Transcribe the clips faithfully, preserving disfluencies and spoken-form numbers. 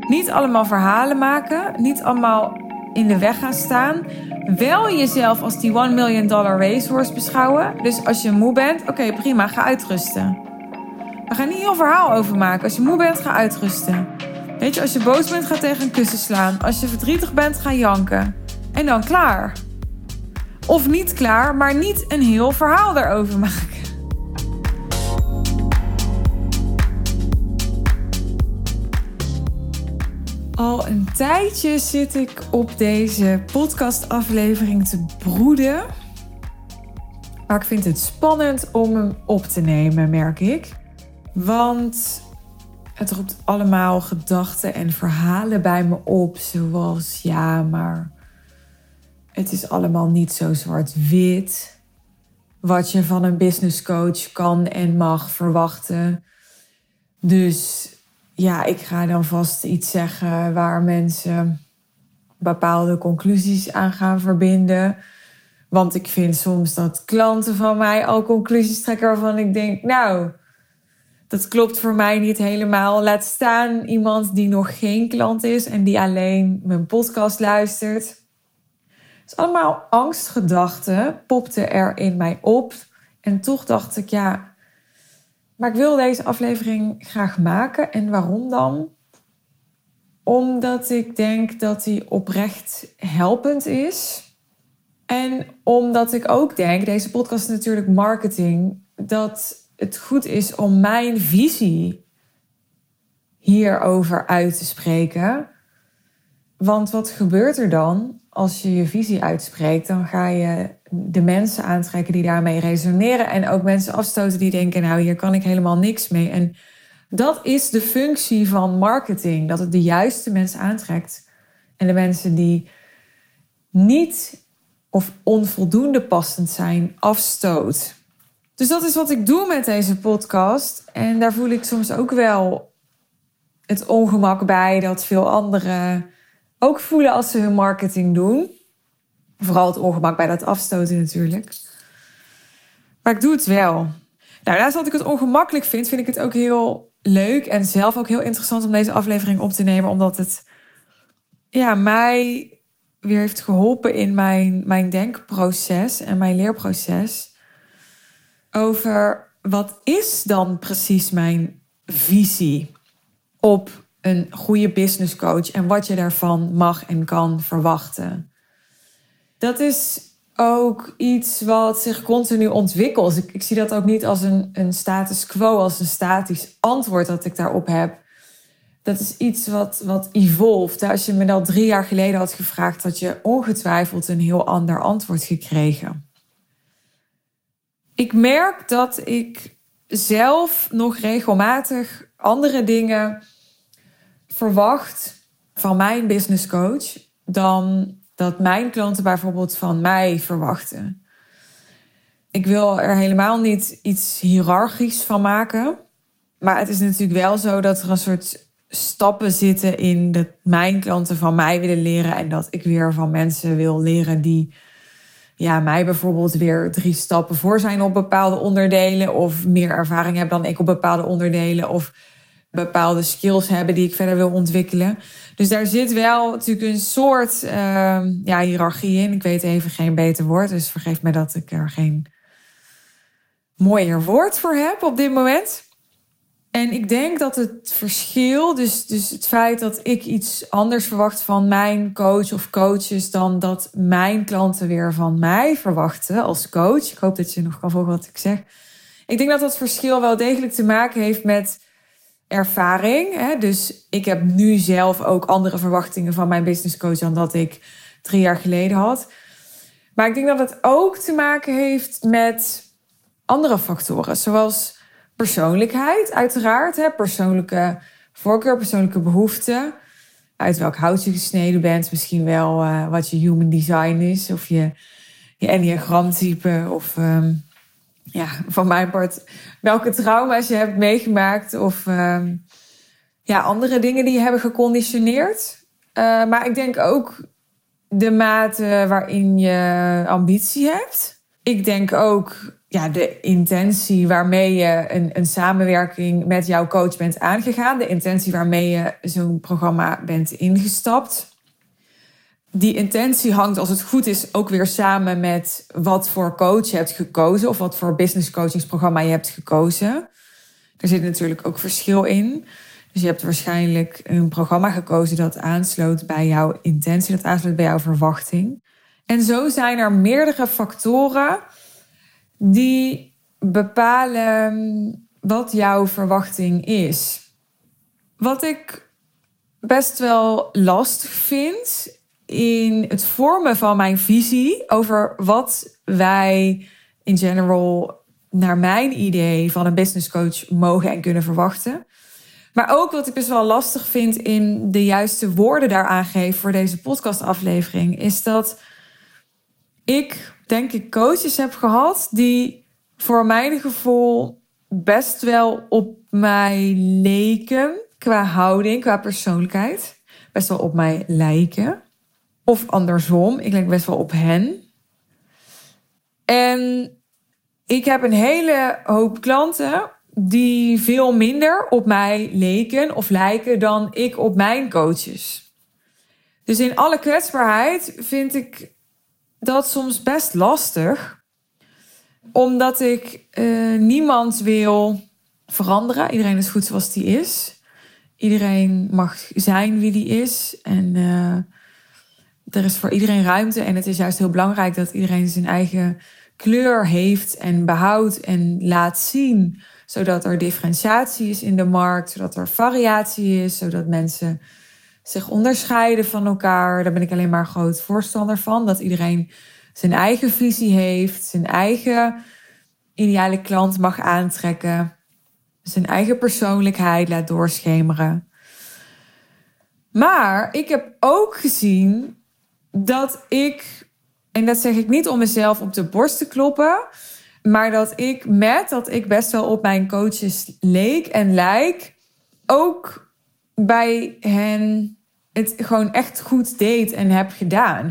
Niet allemaal verhalen maken. Niet allemaal in de weg gaan staan. Wel jezelf als die one million dollar racehorse beschouwen. Dus als je moe bent, oké, okay, prima, ga uitrusten. We gaan niet heel verhaal over maken. Als je moe bent, ga uitrusten. Weet je, als je boos bent, ga tegen een kussen slaan. Als je verdrietig bent, ga janken. En dan klaar. Of niet klaar, maar niet een heel verhaal daarover maken. Al een tijdje zit ik op deze podcastaflevering te broeden. Maar ik vind het spannend om hem op te nemen, merk ik. Want het roept allemaal gedachten en verhalen bij me op. Zoals, ja, maar het is allemaal niet zo zwart-wit. Wat je van een business coach kan en mag verwachten. Dus ja, ik ga dan vast iets zeggen waar mensen bepaalde conclusies aan gaan verbinden. Want ik vind soms dat klanten van mij al conclusies trekken waarvan ik denk, nou, dat klopt voor mij niet helemaal. Laat staan iemand die nog geen klant is en die alleen mijn podcast luistert. Dus allemaal angstgedachten popten er in mij op. En toch dacht ik, ja, maar ik wil deze aflevering graag maken. En waarom dan? Omdat ik denk dat die oprecht helpend is. En omdat ik ook denk, deze podcast is natuurlijk marketing, dat het goed is om mijn visie hierover uit te spreken. Want wat gebeurt er dan als je je visie uitspreekt? Dan ga je de mensen aantrekken die daarmee resoneren. En ook mensen afstoten die denken, nou, hier kan ik helemaal niks mee. En dat is de functie van marketing. Dat het de juiste mensen aantrekt. En de mensen die niet of onvoldoende passend zijn, afstoot. Dus dat is wat ik doe met deze podcast. En daar voel ik soms ook wel het ongemak bij dat veel anderen ook voelen als ze hun marketing doen. Vooral het ongemak bij dat afstoten natuurlijk. Maar ik doe het wel. Nou, naast dat ik het ongemakkelijk vind, vind ik het ook heel leuk en zelf ook heel interessant om deze aflevering op te nemen. Omdat het ja, mij weer heeft geholpen in mijn, mijn denkproces en mijn leerproces. Over wat is dan precies mijn visie op een goede business coach en wat je daarvan mag en kan verwachten. Dat is ook iets wat zich continu ontwikkelt. Ik, ik zie dat ook niet als een, een status quo, als een statisch antwoord dat ik daarop heb. Dat is iets wat, wat evolved. Als je me dat drie jaar geleden had gevraagd, had je ongetwijfeld een heel ander antwoord gekregen. Ik merk dat ik zelf nog regelmatig andere dingen verwacht van mijn business coach dan dat mijn klanten bijvoorbeeld van mij verwachten. Ik wil er helemaal niet iets hiërarchisch van maken. Maar het is natuurlijk wel zo dat er een soort stappen zitten in dat mijn klanten van mij willen leren en dat ik weer van mensen wil leren die ja, mij bijvoorbeeld weer drie stappen voor zijn op bepaalde onderdelen of meer ervaring hebben dan ik op bepaalde onderdelen of bepaalde skills hebben die ik verder wil ontwikkelen. Dus daar zit wel natuurlijk een soort uh, ja, hiërarchie in. Ik weet even geen beter woord, dus vergeef me dat ik er geen mooier woord voor heb op dit moment. En ik denk dat het verschil, dus, dus het feit dat ik iets anders verwacht van mijn coach of coaches dan dat mijn klanten weer van mij verwachten als coach. Ik hoop dat je nog kan volgen wat ik zeg. Ik denk dat dat verschil wel degelijk te maken heeft met ervaring. Hè? Dus ik heb nu zelf ook andere verwachtingen van mijn business coach dan dat ik drie jaar geleden had. Maar ik denk dat het ook te maken heeft met andere factoren, zoals persoonlijkheid, uiteraard. Hè? Persoonlijke voorkeur, persoonlijke behoeften. Uit welk hout je gesneden bent. Misschien wel uh, wat je human design is. Of je, je enneagramtype. Of um, ja, van mijn part welke trauma's je hebt meegemaakt. Of um, ja, andere dingen die je hebben geconditioneerd. Uh, maar ik denk ook de mate waarin je ambitie hebt. Ik denk ook ja, de intentie waarmee je een, een samenwerking met jouw coach bent aangegaan. De intentie waarmee je zo'n programma bent ingestapt. Die intentie hangt, als het goed is, ook weer samen met wat voor coach je hebt gekozen. Of wat voor business coachingsprogramma je hebt gekozen. Er zit natuurlijk ook verschil in. Dus je hebt waarschijnlijk een programma gekozen dat aansloot bij jouw intentie. Dat aansloot bij jouw verwachting. En zo zijn er meerdere factoren die bepalen wat jouw verwachting is. Wat ik best wel lastig vind in het vormen van mijn visie over wat wij in general, naar mijn idee, van een business coach mogen en kunnen verwachten. Maar ook wat ik best wel lastig vind in de juiste woorden daaraan geven voor deze podcastaflevering, is dat ik, denk ik, coaches heb gehad die voor mijn gevoel best wel op mij leken qua houding, qua persoonlijkheid. Best wel op mij lijken. Of andersom, ik lijk best wel op hen. En ik heb een hele hoop klanten die veel minder op mij leken of lijken dan ik op mijn coaches. Dus in alle kwetsbaarheid vind ik dat soms best lastig. Omdat ik uh, niemand wil veranderen. Iedereen is goed zoals die is. Iedereen mag zijn wie die is. En uh, er is voor iedereen ruimte. En het is juist heel belangrijk dat iedereen zijn eigen kleur heeft en behoudt en laat zien. Zodat er differentiatie is in de markt. Zodat er variatie is. Zodat mensen zich onderscheiden van elkaar. Daar ben ik alleen maar groot voorstander van. Dat iedereen zijn eigen visie heeft. Zijn eigen ideale klant mag aantrekken. Zijn eigen persoonlijkheid laat doorschemeren. Maar ik heb ook gezien dat ik, en dat zeg ik niet om mezelf op de borst te kloppen, maar dat ik met dat ik best wel op mijn coaches leek en lijk, ook bij hen het gewoon echt goed deed en heb gedaan.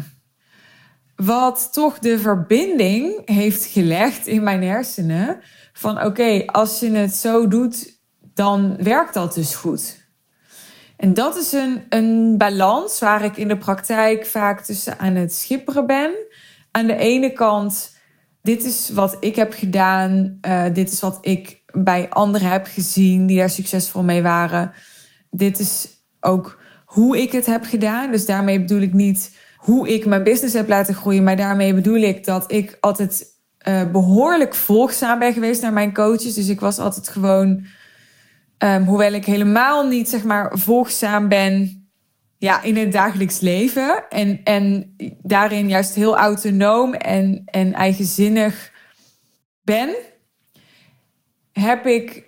Wat toch de verbinding heeft gelegd in mijn hersenen van oké, okay, als je het zo doet, dan werkt dat dus goed. En dat is een, een balans waar ik in de praktijk vaak tussen aan het schipperen ben. Aan de ene kant, dit is wat ik heb gedaan. Uh, dit is wat ik bij anderen heb gezien die daar succesvol mee waren. Dit is ook hoe ik het heb gedaan. Dus daarmee bedoel ik niet hoe ik mijn business heb laten groeien. Maar daarmee bedoel ik dat ik altijd uh, behoorlijk volgzaam ben geweest naar mijn coaches. Dus ik was altijd gewoon, um, hoewel ik helemaal niet zeg maar volgzaam ben, ja, in het dagelijks leven. En, en daarin juist heel autonoom en, en eigenzinnig ben, heb ik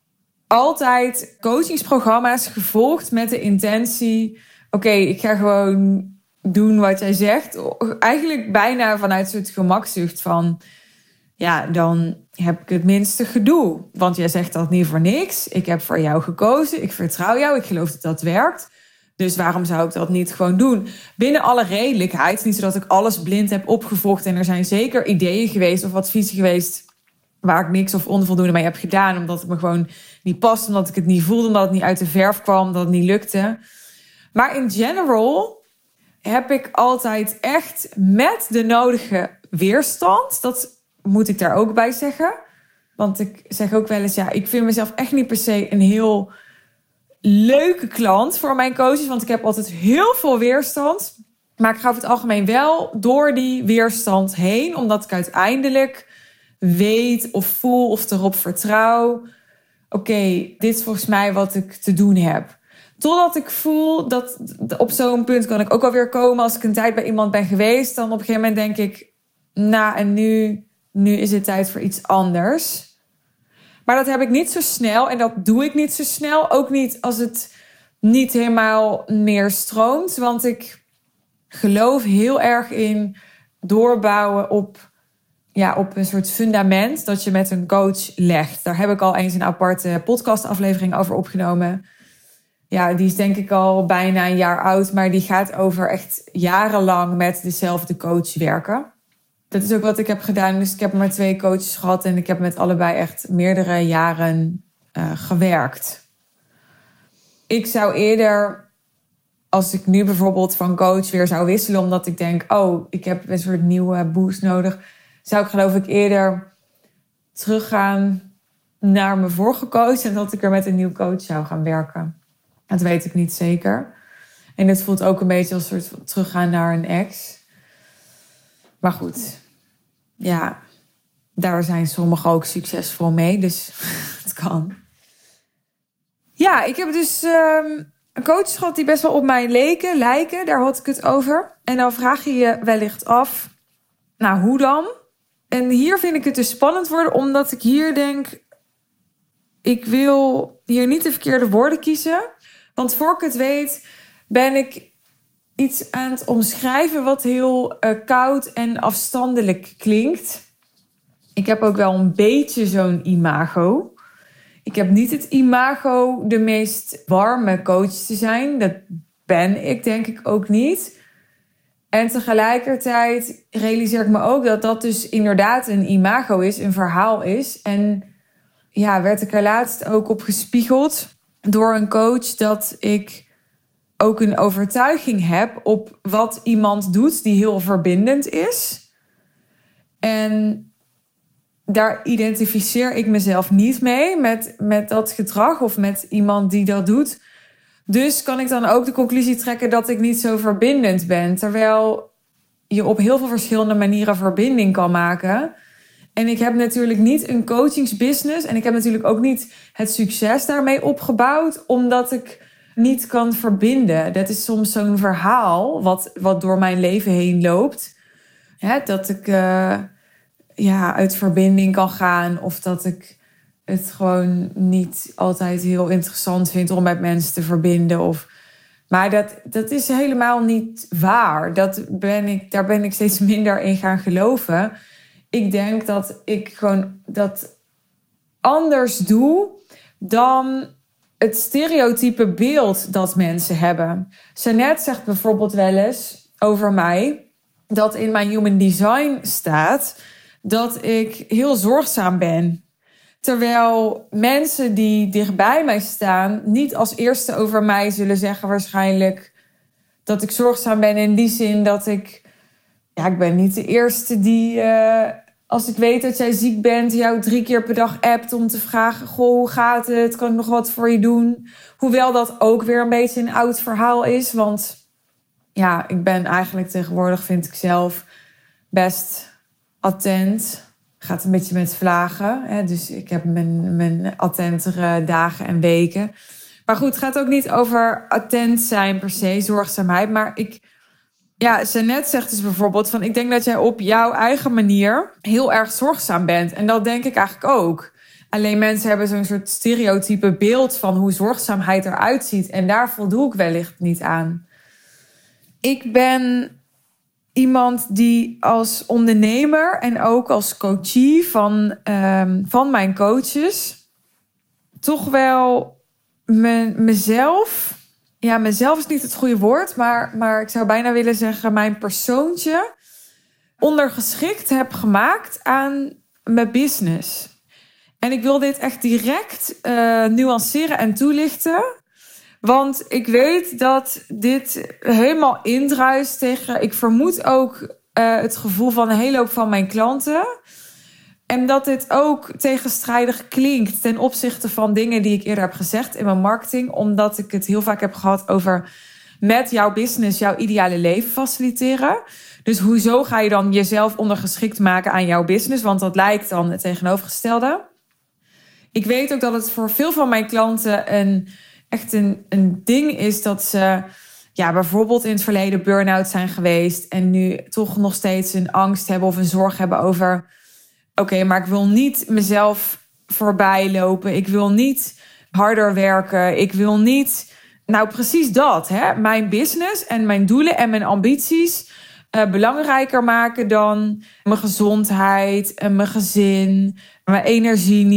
altijd coachingsprogramma's gevolgd met de intentie, oké, okay, ik ga gewoon doen wat jij zegt. Eigenlijk bijna vanuit een soort gemakzucht van, ja, dan heb ik het minste gedoe. Want jij zegt dat niet voor niks. Ik heb voor jou gekozen. Ik vertrouw jou. Ik geloof dat dat werkt. Dus waarom zou ik dat niet gewoon doen? Binnen alle redelijkheid. Niet zodat ik alles blind heb opgevolgd. En er zijn zeker ideeën geweest of adviezen geweest waar ik niks of onvoldoende mee heb gedaan. Omdat het me gewoon niet past. Omdat ik het niet voelde. Omdat het niet uit de verf kwam. Omdat het niet lukte. Maar in general heb ik altijd echt met de nodige weerstand. Dat moet ik daar ook bij zeggen. Want ik zeg ook wel eens, ja, ik vind mezelf echt niet per se een heel leuke klant voor mijn coaches. Want ik heb altijd heel veel weerstand. Maar ik ga over het algemeen wel door die weerstand heen. Omdat ik uiteindelijk weet of voel of erop vertrouw. Oké, okay, dit is volgens mij wat ik te doen heb. Totdat ik voel dat op zo'n punt kan ik ook alweer komen. Als ik een tijd bij iemand ben geweest, dan op een gegeven moment denk ik, nou en nu, nu is het tijd voor iets anders. Maar dat heb ik niet zo snel en dat doe ik niet zo snel. Ook niet als het niet helemaal meer stroomt. Want ik geloof heel erg in doorbouwen op, ja, op een soort fundament dat je met een coach legt. Daar heb ik al eens een aparte podcastaflevering over opgenomen. Ja, die is denk ik al bijna een jaar oud. Maar die gaat over echt jarenlang met dezelfde coach werken. Dat is ook wat ik heb gedaan. Dus ik heb maar twee coaches gehad en ik heb met allebei echt meerdere jaren uh, gewerkt. Ik zou eerder, als ik nu bijvoorbeeld van coach weer zou wisselen, omdat ik denk, oh, ik heb een soort nieuwe boost nodig, zou ik geloof ik eerder teruggaan naar mijn vorige coach en dat ik er met een nieuw coach zou gaan werken. Dat weet ik niet zeker. En het voelt ook een beetje als een soort van teruggaan naar een ex. Maar goed, ja, daar zijn sommigen ook succesvol mee, dus het kan. Ja, ik heb dus um, een coach gehad die best wel op mij leken, lijken, daar had ik het over. En dan vraag je je wellicht af, nou hoe dan? En hier vind ik het dus spannend worden, omdat ik hier denk, ik wil hier niet de verkeerde woorden kiezen. Want voor ik het weet, ben ik iets aan het omschrijven wat heel uh, koud en afstandelijk klinkt. Ik heb ook wel een beetje zo'n imago. Ik heb niet het imago de meest warme coach te zijn. Dat ben ik denk ik ook niet. En tegelijkertijd realiseer ik me ook dat dat dus inderdaad een imago is, een verhaal is. En ja, werd ik er laatst ook op gespiegeld door een coach dat ik ook een overtuiging heb op wat iemand doet die heel verbindend is. En daar identificeer ik mezelf niet mee met, met dat gedrag of met iemand die dat doet. Dus kan ik dan ook de conclusie trekken dat ik niet zo verbindend ben. Terwijl je op heel veel verschillende manieren verbinding kan maken. En ik heb natuurlijk niet een coachingsbusiness. En ik heb natuurlijk ook niet het succes daarmee opgebouwd. Omdat ik niet kan verbinden. Dat is soms zo'n verhaal wat, wat door mijn leven heen loopt. Hè, dat ik uh, ja, uit verbinding kan gaan. Of dat ik het gewoon niet altijd heel interessant vind om met mensen te verbinden. Of, maar dat, dat is helemaal niet waar. Dat ben ik, daar ben ik steeds minder in gaan geloven. Ik denk dat ik gewoon dat anders doe dan het stereotype beeld dat mensen hebben. Jeannette zegt bijvoorbeeld wel eens over mij dat in mijn human design staat dat ik heel zorgzaam ben. Terwijl mensen die dichtbij mij staan niet als eerste over mij zullen zeggen waarschijnlijk dat ik zorgzaam ben in die zin dat ik... Ja, ik ben niet de eerste die, uh, als ik weet dat jij ziek bent, jou drie keer per dag appt om te vragen, goh, hoe gaat het? Kan ik nog wat voor je doen? Hoewel dat ook weer een beetje een oud verhaal is. Want ja, ik ben eigenlijk tegenwoordig, vind ik zelf, best attent. Gaat een beetje met vlagen. Hè? Dus ik heb mijn, mijn attentere dagen en weken. Maar goed, het gaat ook niet over attent zijn per se, zorgzaamheid. Maar ik... Ja, Jeannette zegt dus bijvoorbeeld van... ik denk dat jij op jouw eigen manier heel erg zorgzaam bent. En dat denk ik eigenlijk ook. Alleen mensen hebben zo'n soort stereotype beeld van hoe zorgzaamheid eruit ziet. En daar voldoe ik wellicht niet aan. Ik ben iemand die als ondernemer en ook als coachie van, um, van mijn coaches... toch wel me, mezelf... Ja, mezelf is niet het goede woord, maar, maar ik zou bijna willen zeggen mijn persoontje ondergeschikt heb gemaakt aan mijn business. En ik wil dit echt direct uh, nuanceren en toelichten. Want ik weet dat dit helemaal indruist tegen... Ik vermoed ook uh, het gevoel van een hele hoop van mijn klanten. En dat dit ook tegenstrijdig klinkt ten opzichte van dingen die ik eerder heb gezegd in mijn marketing. Omdat ik het heel vaak heb gehad over met jouw business jouw ideale leven faciliteren. Dus hoezo ga je dan jezelf ondergeschikt maken aan jouw business? Want dat lijkt dan het tegenovergestelde. Ik weet ook dat het voor veel van mijn klanten een, echt een, een ding is dat ze ja, bijvoorbeeld in het verleden burn-out zijn geweest. En nu toch nog steeds een angst hebben of een zorg hebben over... Oké, okay, maar ik wil niet mezelf voorbij lopen. Ik wil niet harder werken. Ik wil niet... Nou, precies dat. Hè? Mijn business en mijn doelen en mijn ambities... Uh, belangrijker maken dan mijn gezondheid en mijn gezin... mijn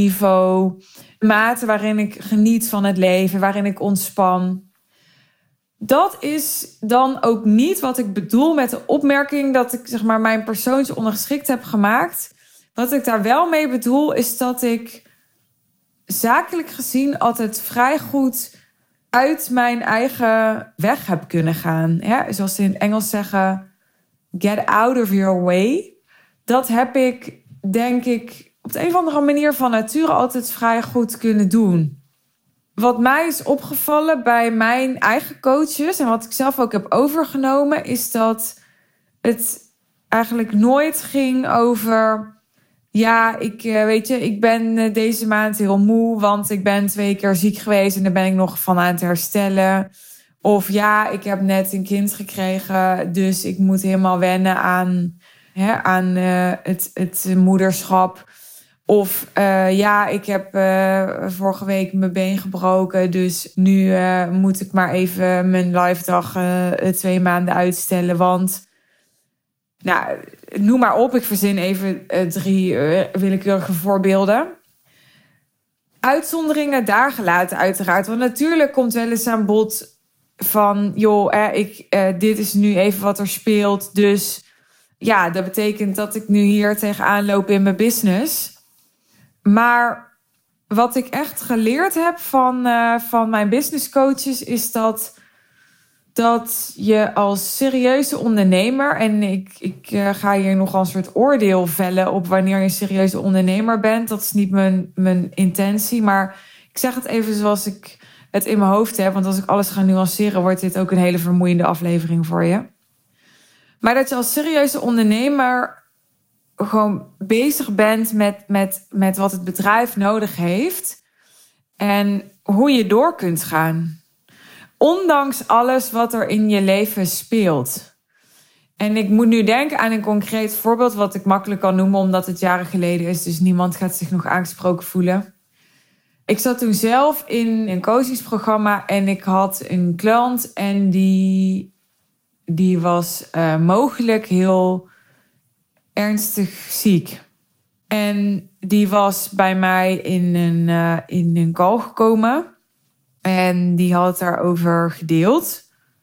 energieniveau... mate waarin ik geniet van het leven, waarin ik ontspan. dat is dan ook niet wat ik bedoel met de opmerking dat ik zeg maar mijn persoonsongeschikt heb gemaakt. Wat ik daar wel mee bedoel is dat ik zakelijk gezien altijd vrij goed uit mijn eigen weg heb kunnen gaan. Ja, zoals ze in het Engels zeggen, get out of your way. Dat heb ik, denk ik, op de een of andere manier van nature altijd vrij goed kunnen doen. Wat mij is opgevallen bij mijn eigen coaches en wat ik zelf ook heb overgenomen, is dat het eigenlijk nooit ging over, ja, ik weet je, ik ben deze maand heel moe, want ik ben twee keer ziek geweest en daar ben ik nog van aan het herstellen. Of ja, ik heb net een kind gekregen, dus ik moet helemaal wennen aan, hè, aan uh, het, het moederschap. Of uh, ja, ik heb uh, vorige week mijn been gebroken, dus nu uh, moet ik maar even mijn live dag uh, twee maanden uitstellen. Want, nou, noem maar op, ik verzin even uh, drie uh, willekeurige voorbeelden. Uitzonderingen daar gelaten uiteraard, want natuurlijk komt wel eens aan bod van, joh, eh, ik, uh, dit is nu even wat er speelt, dus ja, dat betekent dat ik nu hier tegenaan loop in mijn business. Maar wat ik echt geleerd heb van, uh, van mijn business coaches is dat, dat je als serieuze ondernemer, en ik, ik uh, ga hier nog een soort oordeel vellen op wanneer je een serieuze ondernemer bent. Dat is niet mijn, mijn intentie, maar ik zeg het even zoals ik het in mijn hoofd heb. Want als ik alles ga nuanceren, wordt dit ook een hele vermoeiende aflevering voor je. Maar dat je als serieuze ondernemer gewoon bezig bent met, met, met wat het bedrijf nodig heeft. En hoe je door kunt gaan. Ondanks alles wat er in je leven speelt. En ik moet nu denken aan een concreet voorbeeld wat ik makkelijk kan noemen, omdat het jaren geleden is. Dus niemand gaat zich nog aangesproken voelen. Ik zat toen zelf in een coachingsprogramma en ik had een klant en die, die was uh, mogelijk heel ernstig ziek. En die was bij mij in een, uh, in een call gekomen. En die had daarover gedeeld.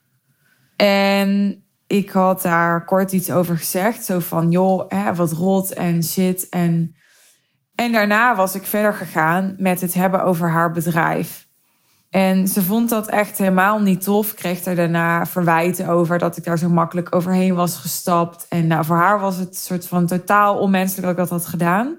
En ik had daar kort iets over gezegd. Zo van, joh, hè, wat rot en shit. En, en daarna was ik verder gegaan met het hebben over haar bedrijf. En ze vond dat echt helemaal niet tof. Ik kreeg er daarna verwijten over dat ik daar zo makkelijk overheen was gestapt. En nou, voor haar was het een soort van totaal onmenselijk dat ik dat had gedaan.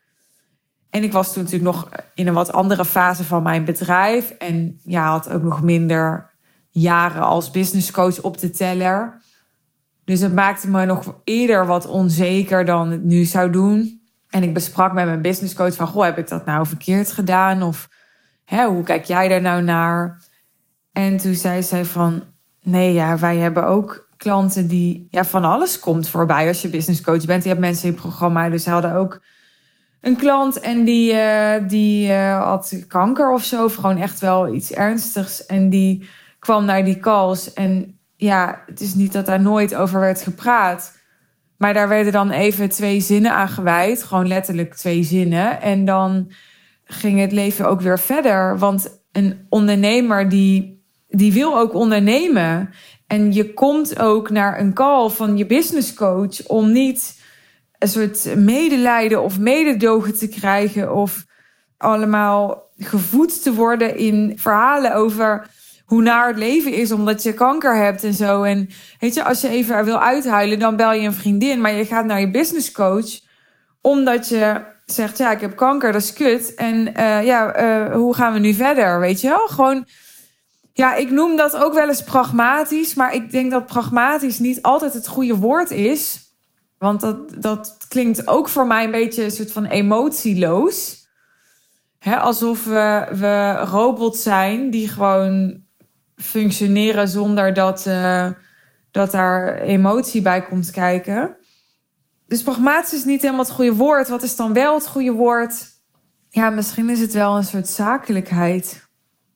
En ik was toen natuurlijk nog in een wat andere fase van mijn bedrijf. En ja, had ook nog minder jaren als businesscoach op de teller. Dus het maakte me nog eerder wat onzeker dan het nu zou doen. En ik besprak met mijn businesscoach van, goh, heb ik dat nou verkeerd gedaan? Of hè, hoe kijk jij daar nou naar? En toen zei zij van, nee, ja, wij hebben ook klanten die, ja, van alles komt voorbij als je businesscoach bent. Je hebt mensen in het programma, dus ze hadden ook een klant en die, uh, die uh, had kanker of zo. Of gewoon echt wel iets ernstigs. En die kwam naar die calls. En ja, het is niet dat daar nooit over werd gepraat. Maar daar werden dan even twee zinnen aan gewijd. Gewoon letterlijk twee zinnen. En dan ging het leven ook weer verder. Want een ondernemer die, die wil ook ondernemen. En je komt ook naar een call van je businesscoach om niet een soort medelijden of mededogen te krijgen of allemaal gevoed te worden in verhalen over hoe naar het leven is omdat je kanker hebt en zo. En weet je, als je even wil uithuilen, dan bel je een vriendin, maar je gaat naar je businesscoach omdat je zegt, ja, ik heb kanker, dat is kut. En uh, ja, uh, hoe gaan we nu verder, weet je wel? Gewoon, ja, ik noem dat ook wel eens pragmatisch, maar ik denk dat pragmatisch niet altijd het goede woord is. Want dat, dat klinkt ook voor mij een beetje een soort van emotieloos. Hè, alsof we, we robots zijn die gewoon functioneren zonder dat, uh, dat daar emotie bij komt kijken. Dus pragmatisch is niet helemaal het goede woord. Wat is dan wel het goede woord? Ja, misschien is het wel een soort zakelijkheid.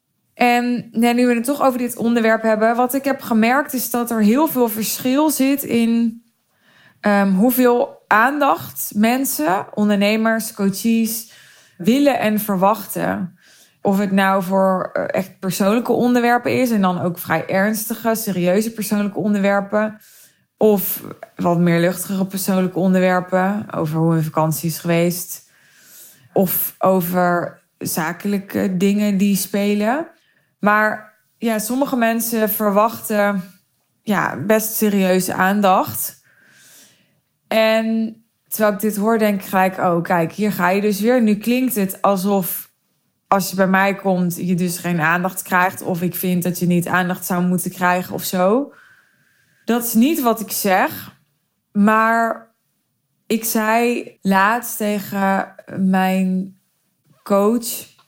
En ja, nu we het toch over dit onderwerp hebben, wat ik heb gemerkt is dat er heel veel verschil zit in Um, hoeveel aandacht mensen, ondernemers, coaches willen en verwachten. Of het nou voor echt persoonlijke onderwerpen is en dan ook vrij ernstige, serieuze persoonlijke onderwerpen. Of wat meer luchtigere persoonlijke onderwerpen over hoe een vakantie is geweest. Of over zakelijke dingen die spelen. Maar ja, sommige mensen verwachten ja, best serieuze aandacht. En terwijl ik dit hoor, denk ik gelijk, oh kijk, hier ga je dus weer. Nu klinkt het alsof als je bij mij komt, je dus geen aandacht krijgt. Of ik vind dat je niet aandacht zou moeten krijgen of zo. Dat is niet wat ik zeg. Maar ik zei laatst tegen mijn coach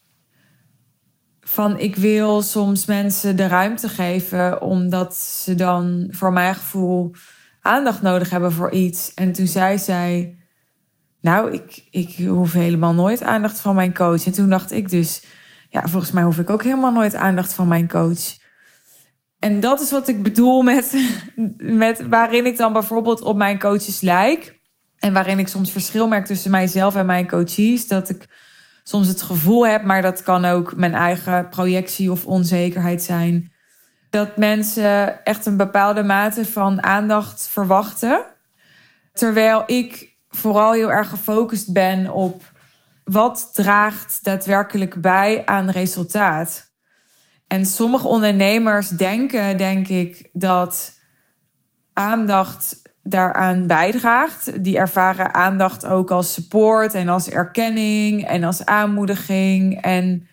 van ik wil soms mensen de ruimte geven omdat ze dan voor mijn gevoel aandacht nodig hebben voor iets. En toen zei zij, nou, ik, ik hoef helemaal nooit aandacht van mijn coach. En toen dacht ik dus, ja, volgens mij hoef ik ook helemaal nooit aandacht van mijn coach. En dat is wat ik bedoel met, met waarin ik dan bijvoorbeeld op mijn coaches lijk. En waarin ik soms verschil merk tussen mijzelf en mijn coaches. Dat ik soms het gevoel heb, maar dat kan ook mijn eigen projectie of onzekerheid zijn. Dat mensen echt een bepaalde mate van aandacht verwachten. Terwijl ik vooral heel erg gefocust ben op wat draagt daadwerkelijk bij aan resultaat. En sommige ondernemers denken, denk ik, dat aandacht daaraan bijdraagt. Die ervaren aandacht ook als support en als erkenning en als aanmoediging. En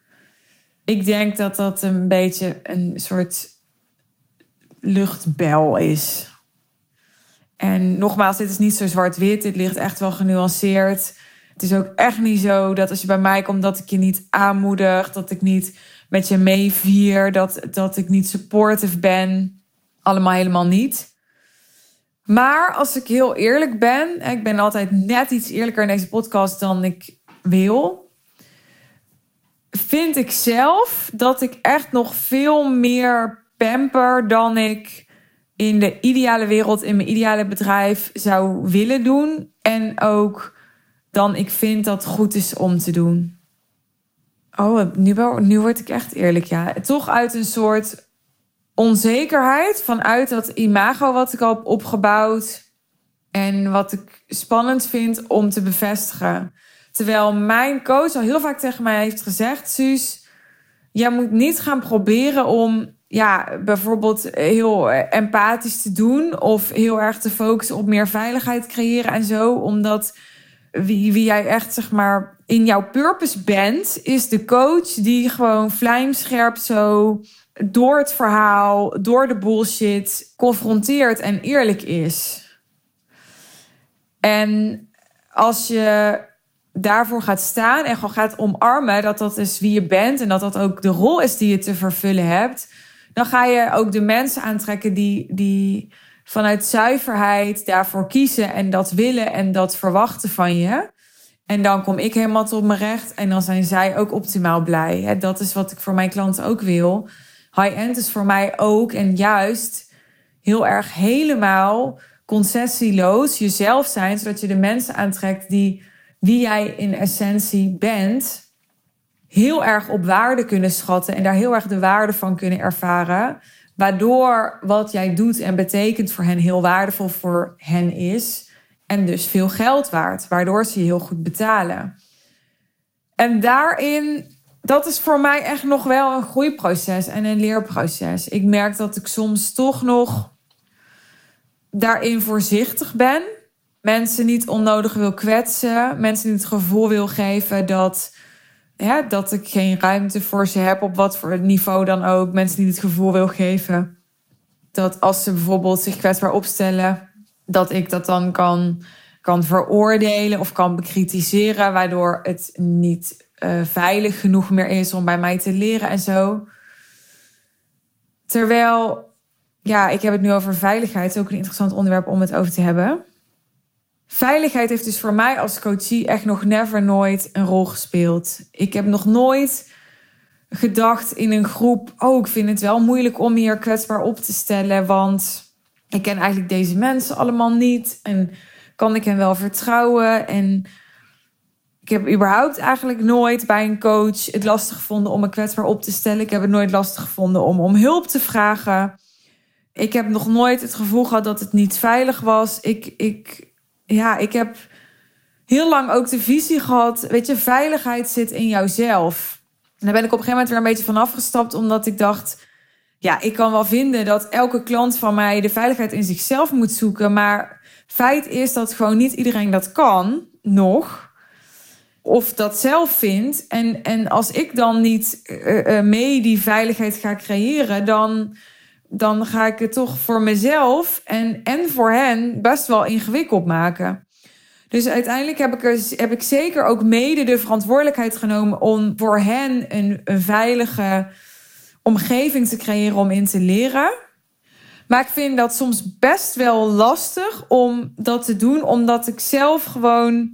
ik denk dat dat een beetje een soort luchtbel is. En nogmaals, dit is niet zo zwart-wit. Dit ligt echt wel genuanceerd. Het is ook echt niet zo dat als je bij mij komt, dat ik je niet aanmoedig, dat ik niet met je meevier, dat, dat ik niet supportive ben. Allemaal helemaal niet. Maar als ik heel eerlijk ben, ik ben altijd net iets eerlijker in deze podcast dan ik wil, vind ik zelf dat ik echt nog veel meer pamper dan ik in de ideale wereld, in mijn ideale bedrijf zou willen doen. En ook dan ik vind dat goed is om te doen. Oh, nu, nu word ik echt eerlijk, ja. Toch uit een soort onzekerheid vanuit dat imago wat ik al heb opgebouwd en wat ik spannend vind om te bevestigen. Terwijl mijn coach al heel vaak tegen mij heeft gezegd, Suus, jij moet niet gaan proberen om ja, bijvoorbeeld heel empathisch te doen of heel erg te focussen op meer veiligheid creëren en zo, omdat wie, wie jij echt zeg maar in jouw purpose bent, is de coach die gewoon vlijmscherp zo door het verhaal, door de bullshit confronteert en eerlijk is. En als je daarvoor gaat staan en gewoon gaat omarmen dat dat is wie je bent en dat dat ook de rol is die je te vervullen hebt, dan ga je ook de mensen aantrekken die, die vanuit zuiverheid daarvoor kiezen en dat willen en dat verwachten van je. En dan kom ik helemaal tot mijn recht en dan zijn zij ook optimaal blij. Dat is wat ik voor mijn klanten ook wil. High-end is voor mij ook en juist heel erg helemaal concessieloos jezelf zijn, zodat je de mensen aantrekt die wie jij in essentie bent, heel erg op waarde kunnen schatten en daar heel erg de waarde van kunnen ervaren. Waardoor wat jij doet en betekent voor hen heel waardevol voor hen is. En dus veel geld waard, waardoor ze je heel goed betalen. En daarin, dat is voor mij echt nog wel een groeiproces en een leerproces. Ik merk dat ik soms toch nog daarin voorzichtig ben. Mensen niet onnodig wil kwetsen. Mensen niet het gevoel wil geven dat, ja, dat ik geen ruimte voor ze heb, op wat voor niveau dan ook. Mensen niet het gevoel wil geven dat als ze bijvoorbeeld zich kwetsbaar opstellen, dat ik dat dan kan, kan veroordelen of kan bekritiseren, waardoor het niet uh, veilig genoeg meer is om bij mij te leren en zo. Terwijl, ja, ik heb het nu over veiligheid. Het is ook een interessant onderwerp om het over te hebben. Veiligheid heeft dus voor mij als coachie echt nog never nooit een rol gespeeld. Ik heb nog nooit gedacht in een groep, oh, ik vind het wel moeilijk om hier kwetsbaar op te stellen, want ik ken eigenlijk deze mensen allemaal niet en kan ik hen wel vertrouwen? En Ik heb überhaupt eigenlijk nooit bij een coach het lastig gevonden om me kwetsbaar op te stellen. Ik heb het nooit lastig gevonden om om hulp te vragen. Ik heb nog nooit het gevoel gehad dat het niet veilig was. Ik, ik, ja, ik heb heel lang ook de visie gehad, weet je, veiligheid zit in jouzelf. En daar ben ik op een gegeven moment weer een beetje van afgestapt, omdat ik dacht, ja, ik kan wel vinden dat elke klant van mij de veiligheid in zichzelf moet zoeken. Maar feit is dat gewoon niet iedereen dat kan, nog. Of dat zelf vindt. En, en als ik dan niet uh, uh, mee die veiligheid ga creëren, dan, dan ga ik het toch voor mezelf en, en voor hen best wel ingewikkeld maken. Dus uiteindelijk heb ik, er, heb ik zeker ook mede de verantwoordelijkheid genomen om voor hen een, een veilige omgeving te creëren om in te leren. Maar ik vind dat soms best wel lastig om dat te doen, omdat ik zelf gewoon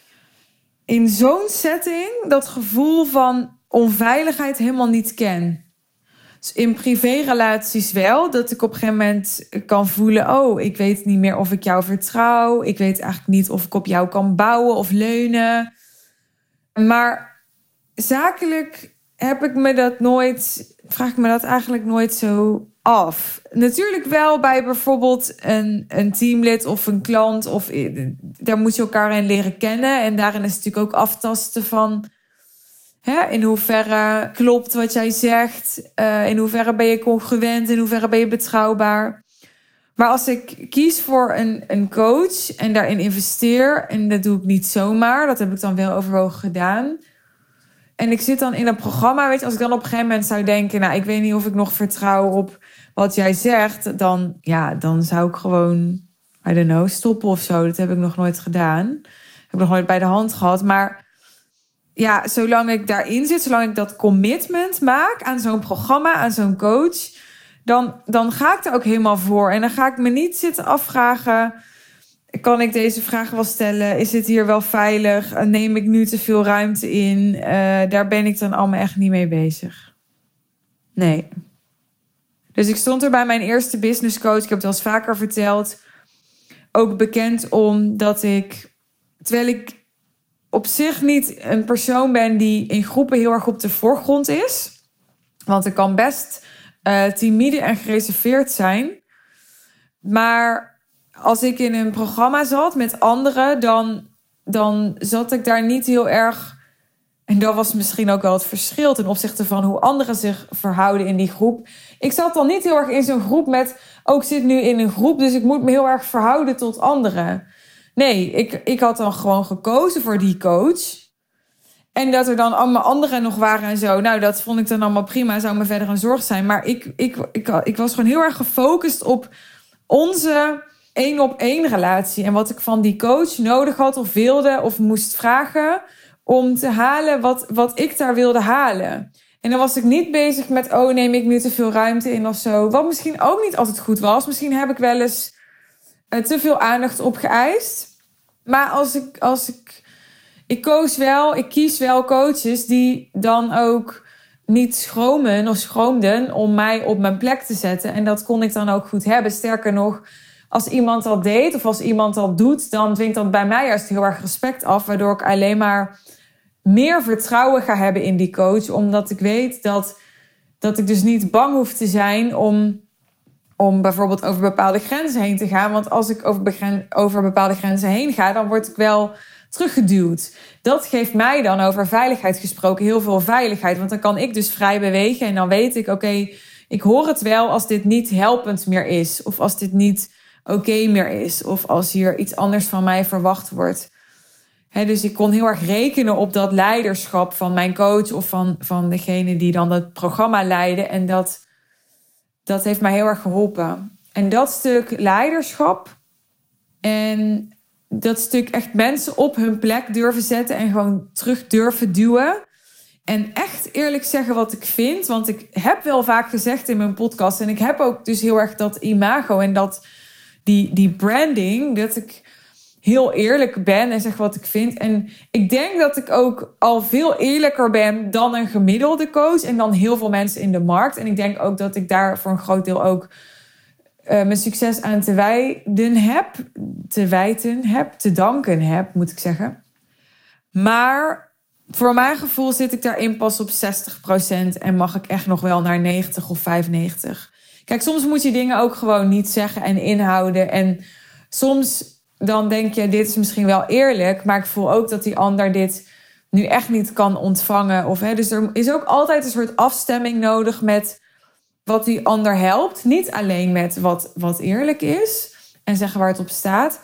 in zo'n setting dat gevoel van onveiligheid helemaal niet ken. Dus in privérelaties wel, dat ik op een gegeven moment kan voelen, oh, ik weet niet meer of ik jou vertrouw. Ik weet eigenlijk niet of ik op jou kan bouwen of leunen. Maar zakelijk heb ik me dat nooit, vraag ik me dat eigenlijk nooit zo af. Natuurlijk wel bij bijvoorbeeld een, een teamlid of een klant, of daar moet je elkaar in leren kennen. En daarin is het natuurlijk ook aftasten van, hè, in hoeverre klopt wat jij zegt, uh, in hoeverre ben je congruent, in hoeverre ben je betrouwbaar. Maar als ik kies voor een, een coach en daarin investeer, en dat doe ik niet zomaar, dat heb ik dan wel overwogen gedaan. En ik zit dan in een programma, weet je, als ik dan op een gegeven moment zou denken, nou, ik weet niet of ik nog vertrouw op wat jij zegt, dan, ja, dan zou ik gewoon, I don't know, stoppen of zo. Dat heb ik nog nooit gedaan. Dat heb ik nog nooit bij de hand gehad. Maar ja, zolang ik daarin zit, zolang ik dat commitment maak aan zo'n programma, aan zo'n coach, dan, dan ga ik er ook helemaal voor. En dan ga ik me niet zitten afvragen, kan ik deze vraag wel stellen? Is het hier wel veilig? Neem ik nu te veel ruimte in? Uh, daar ben ik dan allemaal echt niet mee bezig. Nee. Dus ik stond er bij mijn eerste business coach. Ik heb het wel eens vaker verteld. Ook bekend omdat ik, terwijl ik op zich niet een persoon ben die in groepen heel erg op de voorgrond is. Want ik kan best uh, timide en gereserveerd zijn. Maar als ik in een programma zat met anderen, dan, dan zat ik daar niet heel erg. En dat was misschien ook wel het verschil ten opzichte van hoe anderen zich verhouden in die groep. Ik zat dan niet heel erg in zo'n groep met, oh, ik zit nu in een groep, dus ik moet me heel erg verhouden tot anderen. Nee, ik, ik had dan gewoon gekozen voor die coach. En dat er dan allemaal anderen nog waren en zo. Nou, dat vond ik dan allemaal prima. Zou me verder een zorg zijn. Maar ik, ik, ik, ik was gewoon heel erg gefocust op onze één op één relatie. En wat ik van die coach nodig had of wilde of moest vragen om te halen wat, wat ik daar wilde halen. En dan was ik niet bezig met, oh, neem ik nu te veel ruimte in of zo. Wat misschien ook niet altijd goed was. Misschien heb ik wel eens uh, te veel aandacht opgeëist. Maar als ik, als ik, ik koos wel, ik kies wel coaches die dan ook niet schromen of schroomden om mij op mijn plek te zetten. En dat kon ik dan ook goed hebben. Sterker nog, als iemand dat deed of als iemand dat doet, dan dwingt dat bij mij juist heel erg respect af. Waardoor ik alleen maar meer vertrouwen ga hebben in die coach. Omdat ik weet dat, dat ik dus niet bang hoef te zijn om, om bijvoorbeeld over bepaalde grenzen heen te gaan. Want als ik over, begren, over bepaalde grenzen heen ga, dan word ik wel teruggeduwd. Dat geeft mij dan, over veiligheid gesproken, heel veel veiligheid. Want dan kan ik dus vrij bewegen en dan weet ik, oké, okay, ik hoor het wel als dit niet helpend meer is. Of als dit niet oké okay meer is. Of als hier iets anders van mij verwacht wordt. He, dus ik kon heel erg rekenen op dat leiderschap van mijn coach of van, van degene die dan het programma leidde. En dat, dat heeft mij heel erg geholpen. En dat stuk leiderschap en dat stuk echt mensen op hun plek durven zetten en gewoon terug durven duwen. En echt eerlijk zeggen wat ik vind. Want ik heb wel vaak gezegd in mijn podcast. En ik heb ook dus heel erg dat imago en dat die, die branding. Dat ik heel eerlijk ben en zeg wat ik vind. En ik denk dat ik ook al veel eerlijker ben dan een gemiddelde coach. En dan heel veel mensen in de markt. En ik denk ook dat ik daar voor een groot deel ook Uh, mijn succes aan te wijden heb, te wijten heb, te danken heb, moet ik zeggen. Maar voor mijn gevoel zit ik daarin pas op zestig procent en mag ik echt nog wel naar negentig of vijfennegentig. Kijk, soms moet je dingen ook gewoon niet zeggen en inhouden. En soms dan denk je, dit is misschien wel eerlijk, maar ik voel ook dat die ander dit nu echt niet kan ontvangen. Of, hè, dus er is ook altijd een soort afstemming nodig met wat die ander helpt. Niet alleen met wat, wat eerlijk is en zeggen waar het op staat.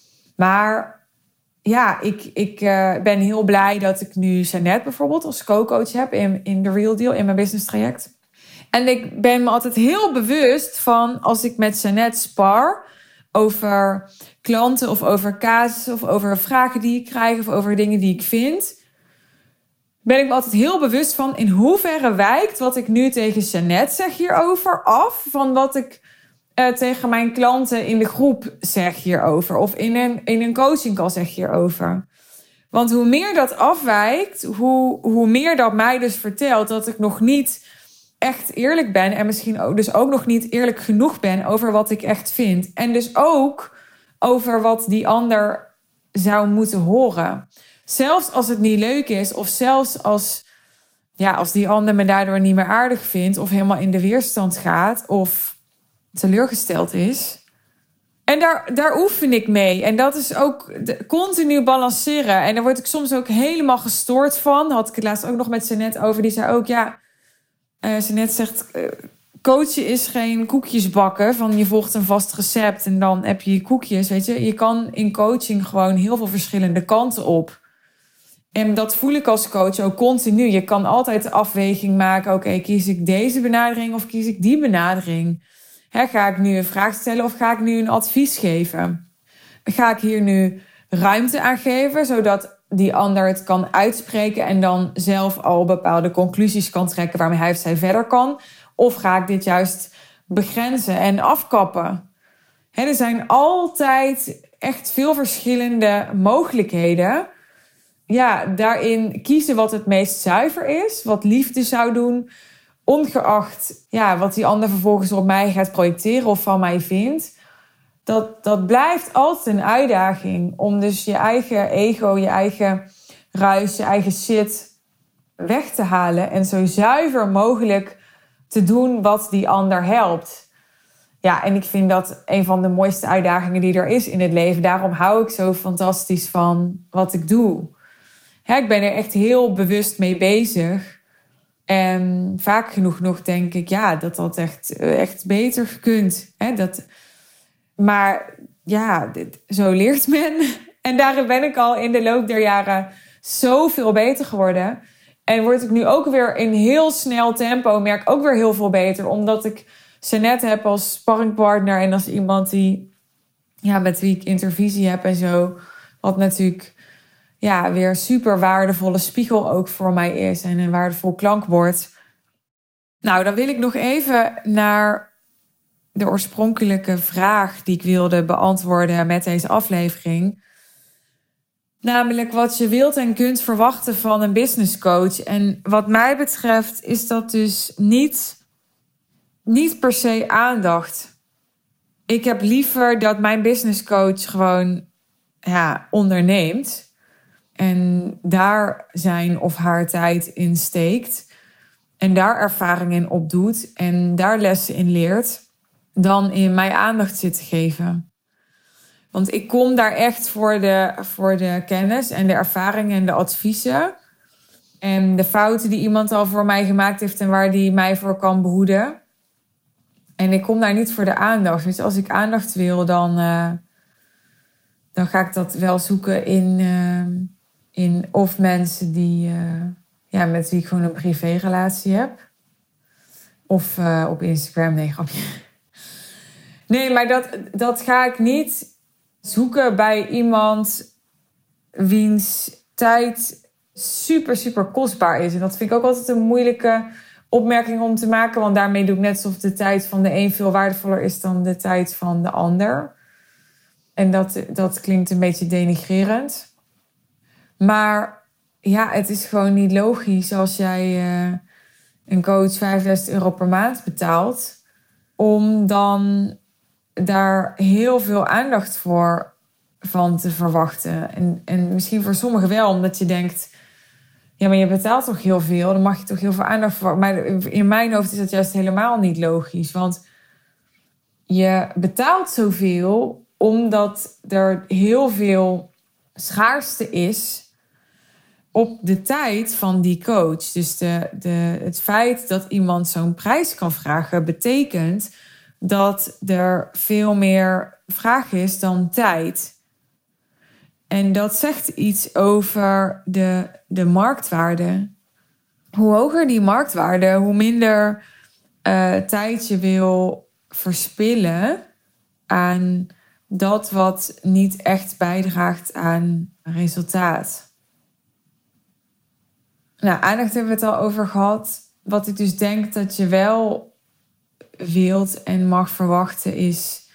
Maar ja, ik, ik uh, ben heel blij dat ik nu Jeanette bijvoorbeeld als co-coach heb in, in The Real Deal, in mijn business traject. En ik ben me altijd heel bewust van als ik met Jeanette spar over klanten of over casussen of over vragen die ik krijg of over dingen die ik vind, ben ik me altijd heel bewust van in hoeverre wijkt wat ik nu tegen Jeanette zeg hierover af van wat ik uh, tegen mijn klanten in de groep zeg hierover of in een, in een coaching call zeg hierover. Want hoe meer dat afwijkt, hoe, hoe meer dat mij dus vertelt dat ik nog niet echt eerlijk ben en misschien ook, dus ook nog niet eerlijk genoeg ben over wat ik echt vind. En dus ook over wat die ander zou moeten horen. Zelfs als het niet leuk is of zelfs als, ja, als die ander me daardoor niet meer aardig vindt of helemaal in de weerstand gaat of teleurgesteld is. En daar, daar oefen ik mee. En dat is ook de, continu balanceren. En daar word ik soms ook helemaal gestoord van. Had ik het laatst ook nog met Jeanette over. Die zei ook, ja, uh, Jeanette zegt, uh, coachen is geen koekjes bakken. Van je volgt een vast recept en dan heb je je koekjes. Weet je, je kan in coaching gewoon heel veel verschillende kanten op. En dat voel ik als coach ook continu. Je kan altijd de afweging maken. Oké, okay, kies ik deze benadering of kies ik die benadering? He, ga ik nu een vraag stellen of ga ik nu een advies geven? Ga ik hier nu ruimte aan geven, zodat die ander het kan uitspreken en dan zelf al bepaalde conclusies kan trekken waarmee hij of zij verder kan? Of ga ik dit juist begrenzen en afkappen? He, er zijn altijd echt veel verschillende mogelijkheden. Ja, daarin kiezen wat het meest zuiver is, wat liefde zou doen, ongeacht ja, wat die ander vervolgens op mij gaat projecteren of van mij vindt. Dat, dat blijft altijd een uitdaging om dus je eigen ego, je eigen ruis, je eigen shit weg te halen en zo zuiver mogelijk te doen wat die ander helpt. Ja, en ik vind dat een van de mooiste uitdagingen die er is in het leven. Daarom hou ik zo fantastisch van wat ik doe. Ja, ik ben er echt heel bewust mee bezig. En vaak genoeg nog denk ik, ja, dat had echt, echt beter gekund. Hè? Dat, maar ja, dit, zo leert men. En daarin ben ik al in de loop der jaren zoveel beter geworden. En word ik nu ook weer in heel snel tempo, merk ook weer heel veel beter. Omdat ik Jeanette heb als sparringpartner en als iemand die, ja, met wie ik intervisie heb en zo. Wat natuurlijk ja, weer een super waardevolle spiegel ook voor mij is en een waardevol klankbord. Nou, dan wil ik nog even naar de oorspronkelijke vraag die ik wilde beantwoorden met deze aflevering. Namelijk wat je wilt en kunt verwachten van een business coach. En wat mij betreft is dat dus niet, niet per se aandacht. Ik heb liever dat mijn business coach gewoon ja, onderneemt. En daar zijn of haar tijd in steekt. En daar ervaring in opdoet. En daar lessen in leert. Dan in mij aandacht zit te geven. Want ik kom daar echt voor de, voor de kennis en de ervaring en de adviezen. En de fouten die iemand al voor mij gemaakt heeft en waar die mij voor kan behoeden. En ik kom daar niet voor de aandacht. Dus als ik aandacht wil, dan, uh, dan ga ik dat wel zoeken in... Uh, In of mensen die, uh, ja, met wie ik gewoon een privérelatie heb. Of uh, op Instagram, nee, grapje. Nee, maar dat, dat ga ik niet zoeken bij iemand wiens tijd super, super kostbaar is. En dat vind ik ook altijd een moeilijke opmerking om te maken. Want daarmee doe ik net alsof de tijd van de een veel waardevoller is dan de tijd van de ander. En dat, dat klinkt een beetje denigrerend. Maar ja, het is gewoon niet logisch als jij uh, een coach vijfduizend euro per maand betaalt. Om dan daar heel veel aandacht voor van te verwachten. En, en misschien voor sommigen wel, omdat je denkt, ja, maar je betaalt toch heel veel, dan mag je toch heel veel aandacht verwachten. Maar in mijn hoofd is dat juist helemaal niet logisch. Want je betaalt zoveel omdat er heel veel schaarste is op de tijd van die coach. Dus de, de, het feit dat iemand zo'n prijs kan vragen, betekent dat er veel meer vraag is dan tijd. En dat zegt iets over de, de marktwaarde. Hoe hoger die marktwaarde, hoe minder uh, tijd je wil verspillen aan dat wat niet echt bijdraagt aan resultaat. Nou, aandacht hebben we het al over gehad. Wat ik dus denk dat je wel wilt en mag verwachten is,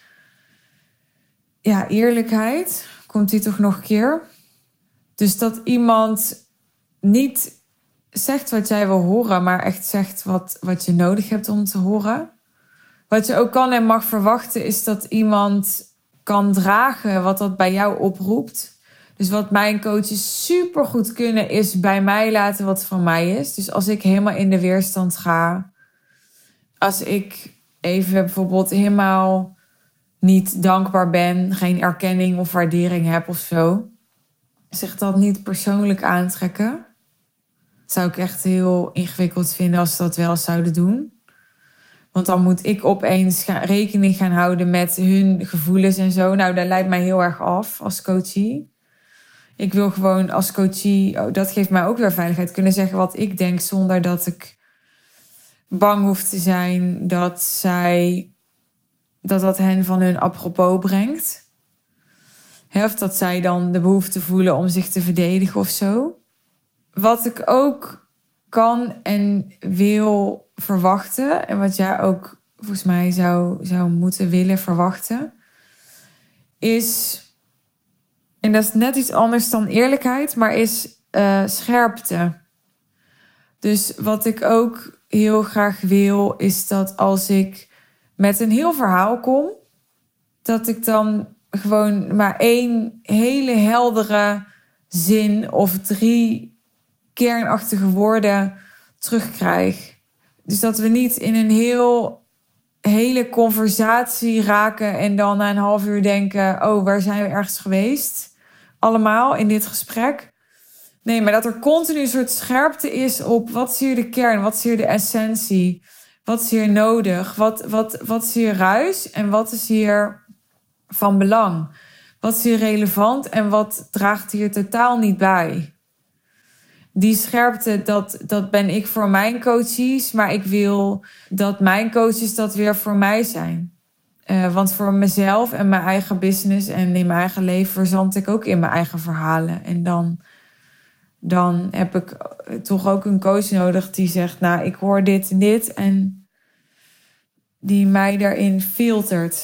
ja, eerlijkheid. Komt die toch nog een keer? Dus dat iemand niet zegt wat jij wil horen, maar echt zegt wat, wat je nodig hebt om te horen. Wat je ook kan en mag verwachten is dat iemand kan dragen wat dat bij jou oproept. Dus wat mijn coaches supergoed kunnen is bij mij laten wat van mij is. Dus als ik helemaal in de weerstand ga, als ik even bijvoorbeeld helemaal niet dankbaar ben, geen erkenning of waardering heb of zo, zich dat niet persoonlijk aantrekken. Dat zou ik echt heel ingewikkeld vinden als ze dat wel zouden doen. Want dan moet ik opeens gaan, rekening gaan houden met hun gevoelens en zo. Nou, dat leidt mij heel erg af als coachie. Ik wil gewoon als coachie, oh, dat geeft mij ook weer veiligheid, kunnen zeggen wat ik denk zonder dat ik bang hoef te zijn dat zij, dat dat hen van hun apropos brengt. Of dat zij dan de behoefte voelen om zich te verdedigen of zo. Wat ik ook kan en wil verwachten, en wat jij ook volgens mij zou, zou moeten willen verwachten, is, en dat is net iets anders dan eerlijkheid, maar is uh, scherpte. Dus wat ik ook heel graag wil, is dat als ik met een heel verhaal kom, dat ik dan gewoon maar één hele heldere zin of drie kernachtige woorden terugkrijg. Dus dat we niet in een heel hele conversatie raken en dan na een half uur denken, oh, waar zijn we ergens geweest? Allemaal in dit gesprek. Nee, maar dat er continu een soort scherpte is op wat is hier de kern, wat is hier de essentie, wat is hier nodig, wat, wat, wat is hier ruis en wat is hier van belang. Wat is hier relevant en wat draagt hier totaal niet bij. Die scherpte, dat, dat ben ik voor mijn coaches, maar ik wil dat mijn coaches dat weer voor mij zijn. Uh, want voor mezelf en mijn eigen business en in mijn eigen leven verzand ik ook in mijn eigen verhalen. En dan, dan heb ik toch ook een coach nodig die zegt, nou, ik hoor dit en dit en die mij daarin filtert.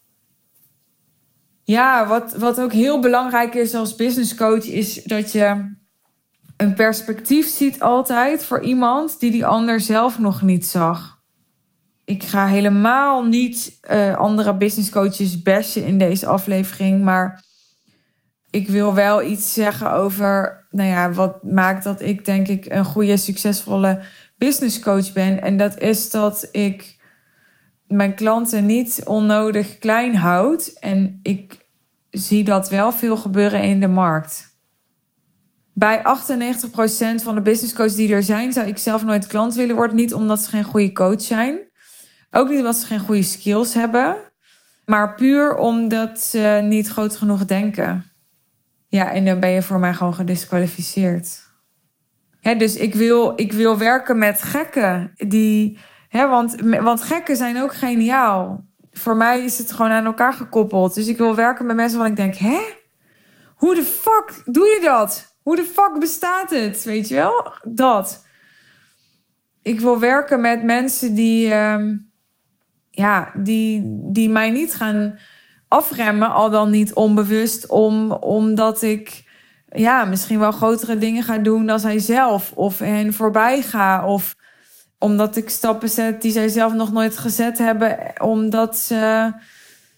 Ja, wat, wat ook heel belangrijk is als business coach is dat je een perspectief ziet altijd voor iemand die die ander zelf nog niet zag. Ik ga helemaal niet uh, andere business coaches bashen in deze aflevering, maar ik wil wel iets zeggen over, nou ja, wat maakt dat ik denk ik een goede, succesvolle business coach ben. En dat is dat ik mijn klanten niet onnodig klein houd. En ik zie dat wel veel gebeuren in de markt. Bij achtennegentig procent van de business coaches die er zijn, zou ik zelf nooit klant willen worden. Niet omdat ze geen goede coach zijn. Ook niet omdat ze geen goede skills hebben. Maar puur omdat ze niet groot genoeg denken. Ja, en dan ben je voor mij gewoon gedisqualificeerd. Hè, dus ik wil, ik wil werken met gekken. Die, hè, want, want gekken zijn ook geniaal. Voor mij is het gewoon aan elkaar gekoppeld. Dus ik wil werken met mensen waarvan ik denk, hè? Hoe de fuck doe je dat? Hoe de fuck bestaat het? Weet je wel? Dat. Ik wil werken met mensen die, um, ja, die, die mij niet gaan afremmen, al dan niet onbewust, om, omdat ik ja, misschien wel grotere dingen ga doen dan zij zelf. Of hen voorbij ga. Of omdat ik stappen zet die zij zelf nog nooit gezet hebben. Omdat ze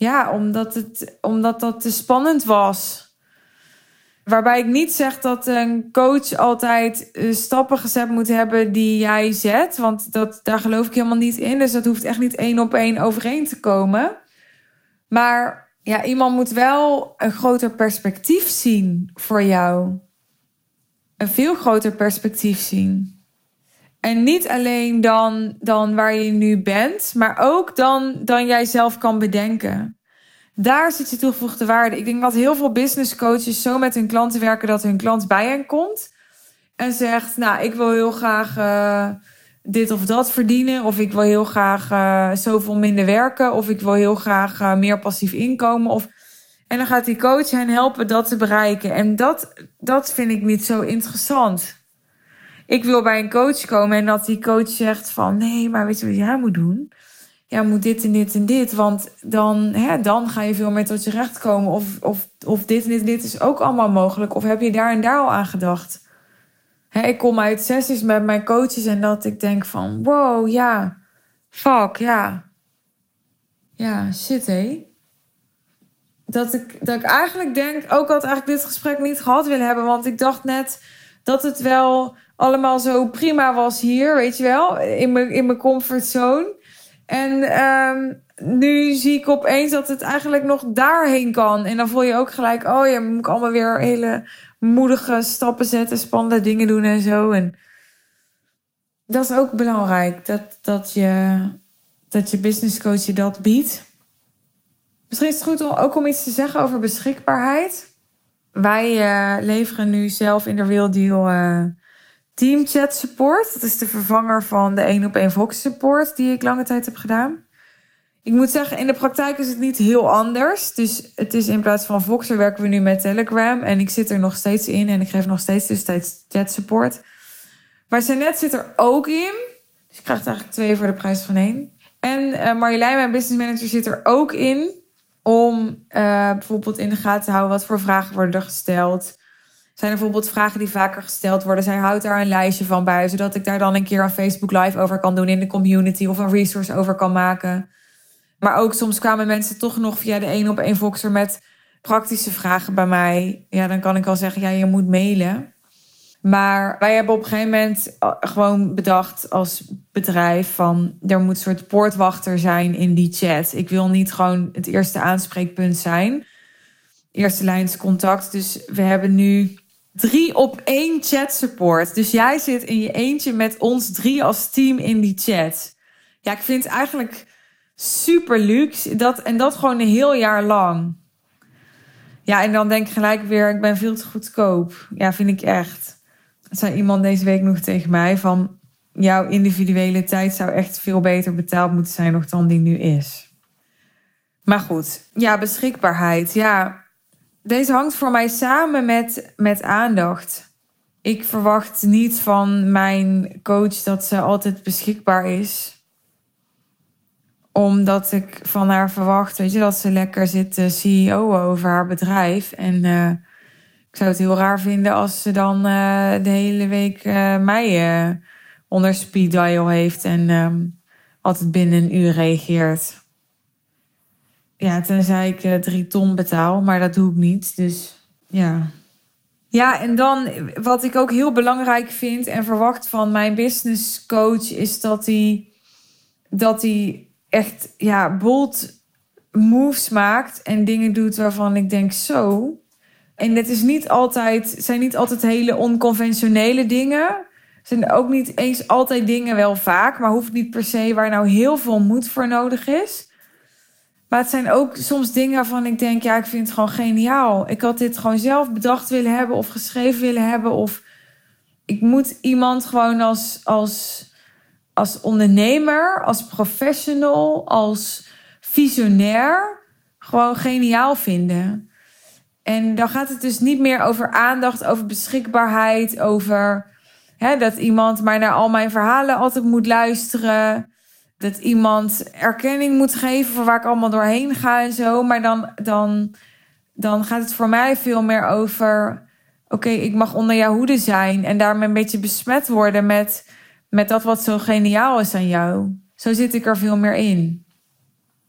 Ja, omdat, het, omdat dat te spannend was. Waarbij ik niet zeg dat een coach altijd stappen gezet moet hebben die jij zet. Want dat, daar geloof ik helemaal niet in. Dus dat hoeft echt niet één op één overeen te komen. Maar ja, iemand moet wel een groter perspectief zien voor jou. Een veel groter perspectief zien. En niet alleen dan, dan waar je nu bent, maar ook dan, dan jij zelf kan bedenken. Daar zit je toegevoegde waarde. Ik denk dat heel veel business coaches zo met hun klanten werken dat hun klant bij hen komt en zegt, nou, ik wil heel graag uh, dit of dat verdienen, of ik wil heel graag uh, zoveel minder werken, of ik wil heel graag uh, meer passief inkomen. Of... En dan gaat die coach hen helpen dat te bereiken. En dat, dat vind ik niet zo interessant. Ik wil bij een coach komen en dat die coach zegt van, nee, maar weet je wat jij moet doen? Ja, moet dit en dit en dit, want dan, hè, dan ga je veel meer tot je recht komen. Of, of, of dit en dit en dit is ook allemaal mogelijk. Of heb je daar en daar al aan gedacht? Hè, ik kom uit sessies met mijn coaches en dat ik denk van, wow, ja, fuck, ja. Ja, shit, hé. Dat ik, dat ik eigenlijk denk, ook had eigenlijk dit gesprek niet gehad willen hebben. Want ik dacht net dat het wel allemaal zo prima was hier, weet je wel. In mijn, in mijn comfortzone. En um, nu zie ik opeens dat het eigenlijk nog daarheen kan. En dan voel je ook gelijk, oh ja, moet ik allemaal weer hele moedige stappen zetten, spannende dingen doen en zo. En dat is ook belangrijk, dat, dat, je, dat je business coach je dat biedt. Misschien is het goed om ook om iets te zeggen over beschikbaarheid. Wij uh, leveren nu zelf in de Real Deal uh, Team Chat Support. Dat is de vervanger van de één op één Voxer Support die ik lange tijd heb gedaan. Ik moet zeggen, in de praktijk is het niet heel anders. Dus het is in plaats van Voxer werken we nu met Telegram. En ik zit er nog steeds in en ik geef nog steeds tussentijds chat support. Maar Jeannette zit er ook in. Dus je krijgt eigenlijk twee voor de prijs van één. En uh, Marjolein, mijn business manager, zit er ook in. Om uh, bijvoorbeeld in de gaten te houden wat voor vragen worden er gesteld. Zijn er bijvoorbeeld vragen die vaker gesteld worden? Zij houdt daar een lijstje van bij, zodat ik daar dan een keer een Facebook Live over kan doen in de community of een resource over kan maken. Maar ook soms kwamen mensen toch nog via de één op één Voxer met praktische vragen bij mij. Ja, dan kan ik al zeggen, ja, je moet mailen. Maar wij hebben op een gegeven moment gewoon bedacht als bedrijf van, er moet een soort poortwachter zijn in die chat. Ik wil niet gewoon het eerste aanspreekpunt zijn. Eerste lijns contact. Dus we hebben nu drie op één chat support. Dus jij zit in je eentje met ons drie als team in die chat. Ja, ik vind het eigenlijk super luxe. Dat, en dat gewoon een heel jaar lang. Ja, en dan denk ik gelijk weer, ik ben veel te goedkoop. Ja, vind ik echt. Er zei iemand deze week nog tegen mij van, jouw individuele tijd zou echt veel beter betaald moeten zijn nog dan die nu is. Maar goed, ja, beschikbaarheid. Ja, deze hangt voor mij samen met, met aandacht. Ik verwacht niet van mijn coach dat ze altijd beschikbaar is. Omdat ik van haar verwacht, weet je, dat ze lekker zit te C E O over haar bedrijf. En uh, ik zou het heel raar vinden als ze dan uh, de hele week uh, mij uh, onder speed dial heeft en um, altijd binnen een uur reageert. Ja, tenzij ik uh, drie ton betaal, maar dat doe ik niet. Dus ja. Ja, en dan wat ik ook heel belangrijk vind en verwacht van mijn business coach is dat hij dat hij echt ja, bold moves maakt en dingen doet waarvan ik denk zo. En het is niet altijd, zijn niet altijd hele onconventionele dingen. Het zijn ook niet eens altijd dingen, wel vaak, maar hoeft niet per se waar nou heel veel moed voor nodig is. Maar het zijn ook soms dingen waarvan ik denk, ja, ik vind het gewoon geniaal. Ik had dit gewoon zelf bedacht willen hebben of geschreven willen hebben. Of ik moet iemand gewoon als, als, als ondernemer, als professional, als visionair gewoon geniaal vinden. En dan gaat het dus niet meer over aandacht, over beschikbaarheid, over hè, dat iemand maar naar al mijn verhalen altijd moet luisteren. Dat iemand erkenning moet geven voor waar ik allemaal doorheen ga en zo. Maar dan, dan, dan gaat het voor mij veel meer over, oké, okay, ik mag onder jouw hoede zijn en daarmee een beetje besmet worden met, met dat wat zo geniaal is aan jou. Zo zit ik er veel meer in.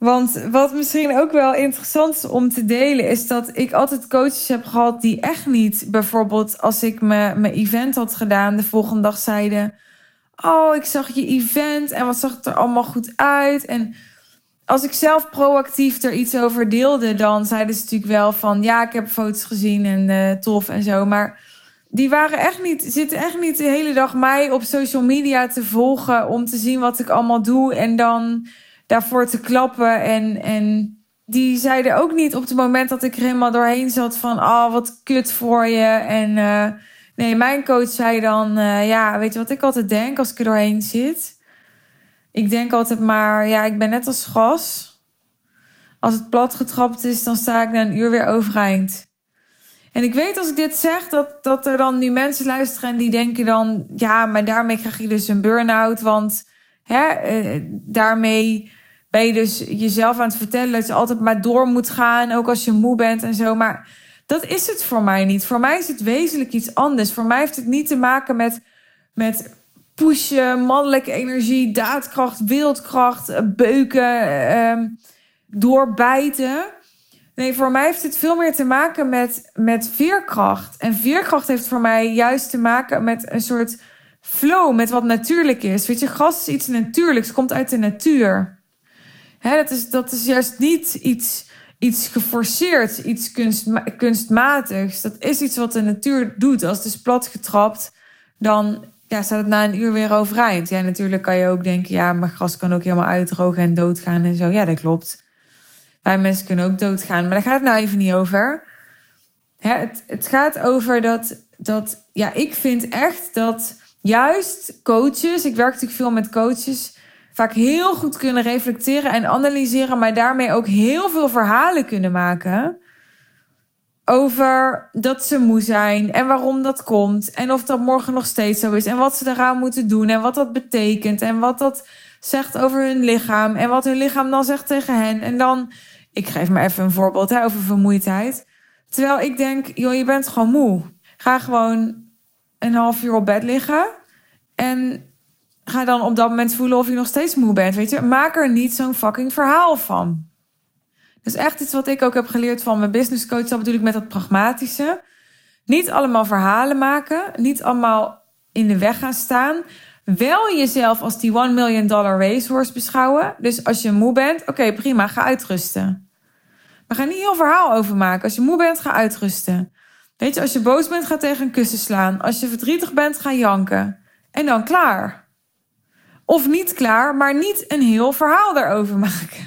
Want wat misschien ook wel interessant is om te delen, is dat ik altijd coaches heb gehad die echt niet, bijvoorbeeld als ik me, mijn event had gedaan, de volgende dag zeiden: oh, ik zag je event en wat zag het er allemaal goed uit. En als ik zelf proactief er iets over deelde, dan zeiden ze natuurlijk wel van: ja, ik heb foto's gezien en uh, tof en zo. Maar die waren echt niet, zitten echt niet de hele dag mij op social media te volgen om te zien wat ik allemaal doe en dan daarvoor te klappen. En, en die zeiden ook niet op het moment dat ik er helemaal doorheen zat van: oh, wat kut voor je. En uh, nee, mijn coach zei dan: uh, ja, weet je wat ik altijd denk als ik er doorheen zit? Ik denk altijd maar, ja, ik ben net als gas. Als het plat getrapt is, dan sta ik na een uur weer overeind. En ik weet als ik dit zeg, dat, dat er dan nu mensen luisteren en die denken dan: ja, maar daarmee krijg je dus een burn-out. Want hè, eh, daarmee ben je dus jezelf aan het vertellen dat je altijd maar door moet gaan, ook als je moe bent en zo. Maar dat is het voor mij niet. Voor mij is het wezenlijk iets anders. Voor mij heeft het niet te maken met, met pushen, mannelijke energie, daadkracht, wildkracht, beuken, eh, doorbijten. Nee, voor mij heeft het veel meer te maken met, met veerkracht. En veerkracht heeft voor mij juist te maken met een soort flow, met wat natuurlijk is. Weet je, gas is iets natuurlijks, komt uit de natuur. Hè, dat is, dat is juist niet iets, iets geforceerd, iets kunstma- kunstmatigs. Dat is iets wat de natuur doet. Als het is plat getrapt, dan ja, staat het na een uur weer overeind. Ja, natuurlijk kan je ook denken: ja, maar gras kan ook helemaal uitdrogen en doodgaan en zo. Ja, dat klopt. Wij mensen kunnen ook doodgaan, maar daar gaat het nou even niet over. Hè, het, het gaat over dat, dat... Ja, ik vind echt dat juist coaches... Ik werk natuurlijk veel met coaches... vaak heel goed kunnen reflecteren en analyseren, maar daarmee ook heel veel verhalen kunnen maken over dat ze moe zijn en waarom dat komt en of dat morgen nog steeds zo is en wat ze eraan moeten doen en wat dat betekent en wat dat zegt over hun lichaam en wat hun lichaam dan zegt tegen hen. En dan, ik geef maar even een voorbeeld hè, over vermoeidheid. Terwijl ik denk, joh, je bent gewoon moe. Ga gewoon een half uur op bed liggen en ga dan op dat moment voelen of je nog steeds moe bent. Weet je, maak er niet zo'n fucking verhaal van. Dat is echt iets wat ik ook heb geleerd van mijn business coach. Dat bedoel ik met dat pragmatische. Niet allemaal verhalen maken. Niet allemaal in de weg gaan staan. Wel jezelf als die one million dollar racehorse beschouwen. Dus als je moe bent, oké, okay, prima, ga uitrusten. Maar ga niet heel verhaal over maken. Als je moe bent, ga uitrusten. Weet je, als je boos bent, ga tegen een kussen slaan. Als je verdrietig bent, ga janken. En dan klaar. Of niet klaar, maar niet een heel verhaal daarover maken.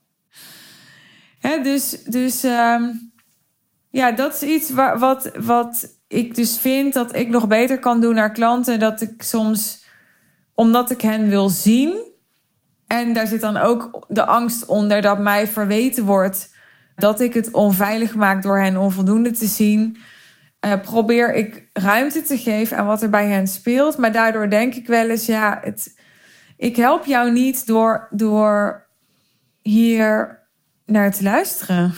He, dus dus um, ja, dat is iets wa- wat, wat ik dus vind dat ik nog beter kan doen naar klanten. Dat ik soms, omdat ik hen wil zien, en daar zit dan ook de angst onder dat mij verweten wordt dat ik het onveilig maak door hen onvoldoende te zien. Uh, probeer ik ruimte te geven aan wat er bij hen speelt. Maar daardoor denk ik wel eens, ja, het, ik help jou niet door, door hier naar te luisteren.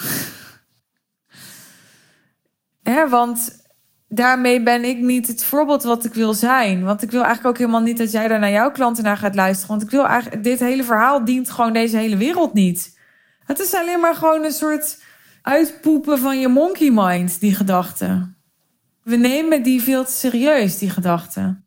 Hè, want daarmee ben ik niet het voorbeeld wat ik wil zijn. Want ik wil eigenlijk ook helemaal niet dat jij daar naar jouw klanten naar gaat luisteren. Want ik wil eigenlijk, dit hele verhaal dient gewoon deze hele wereld niet. Het is alleen maar gewoon een soort uitpoepen van je monkey mind, die gedachten. We nemen die veel te serieus, die gedachten.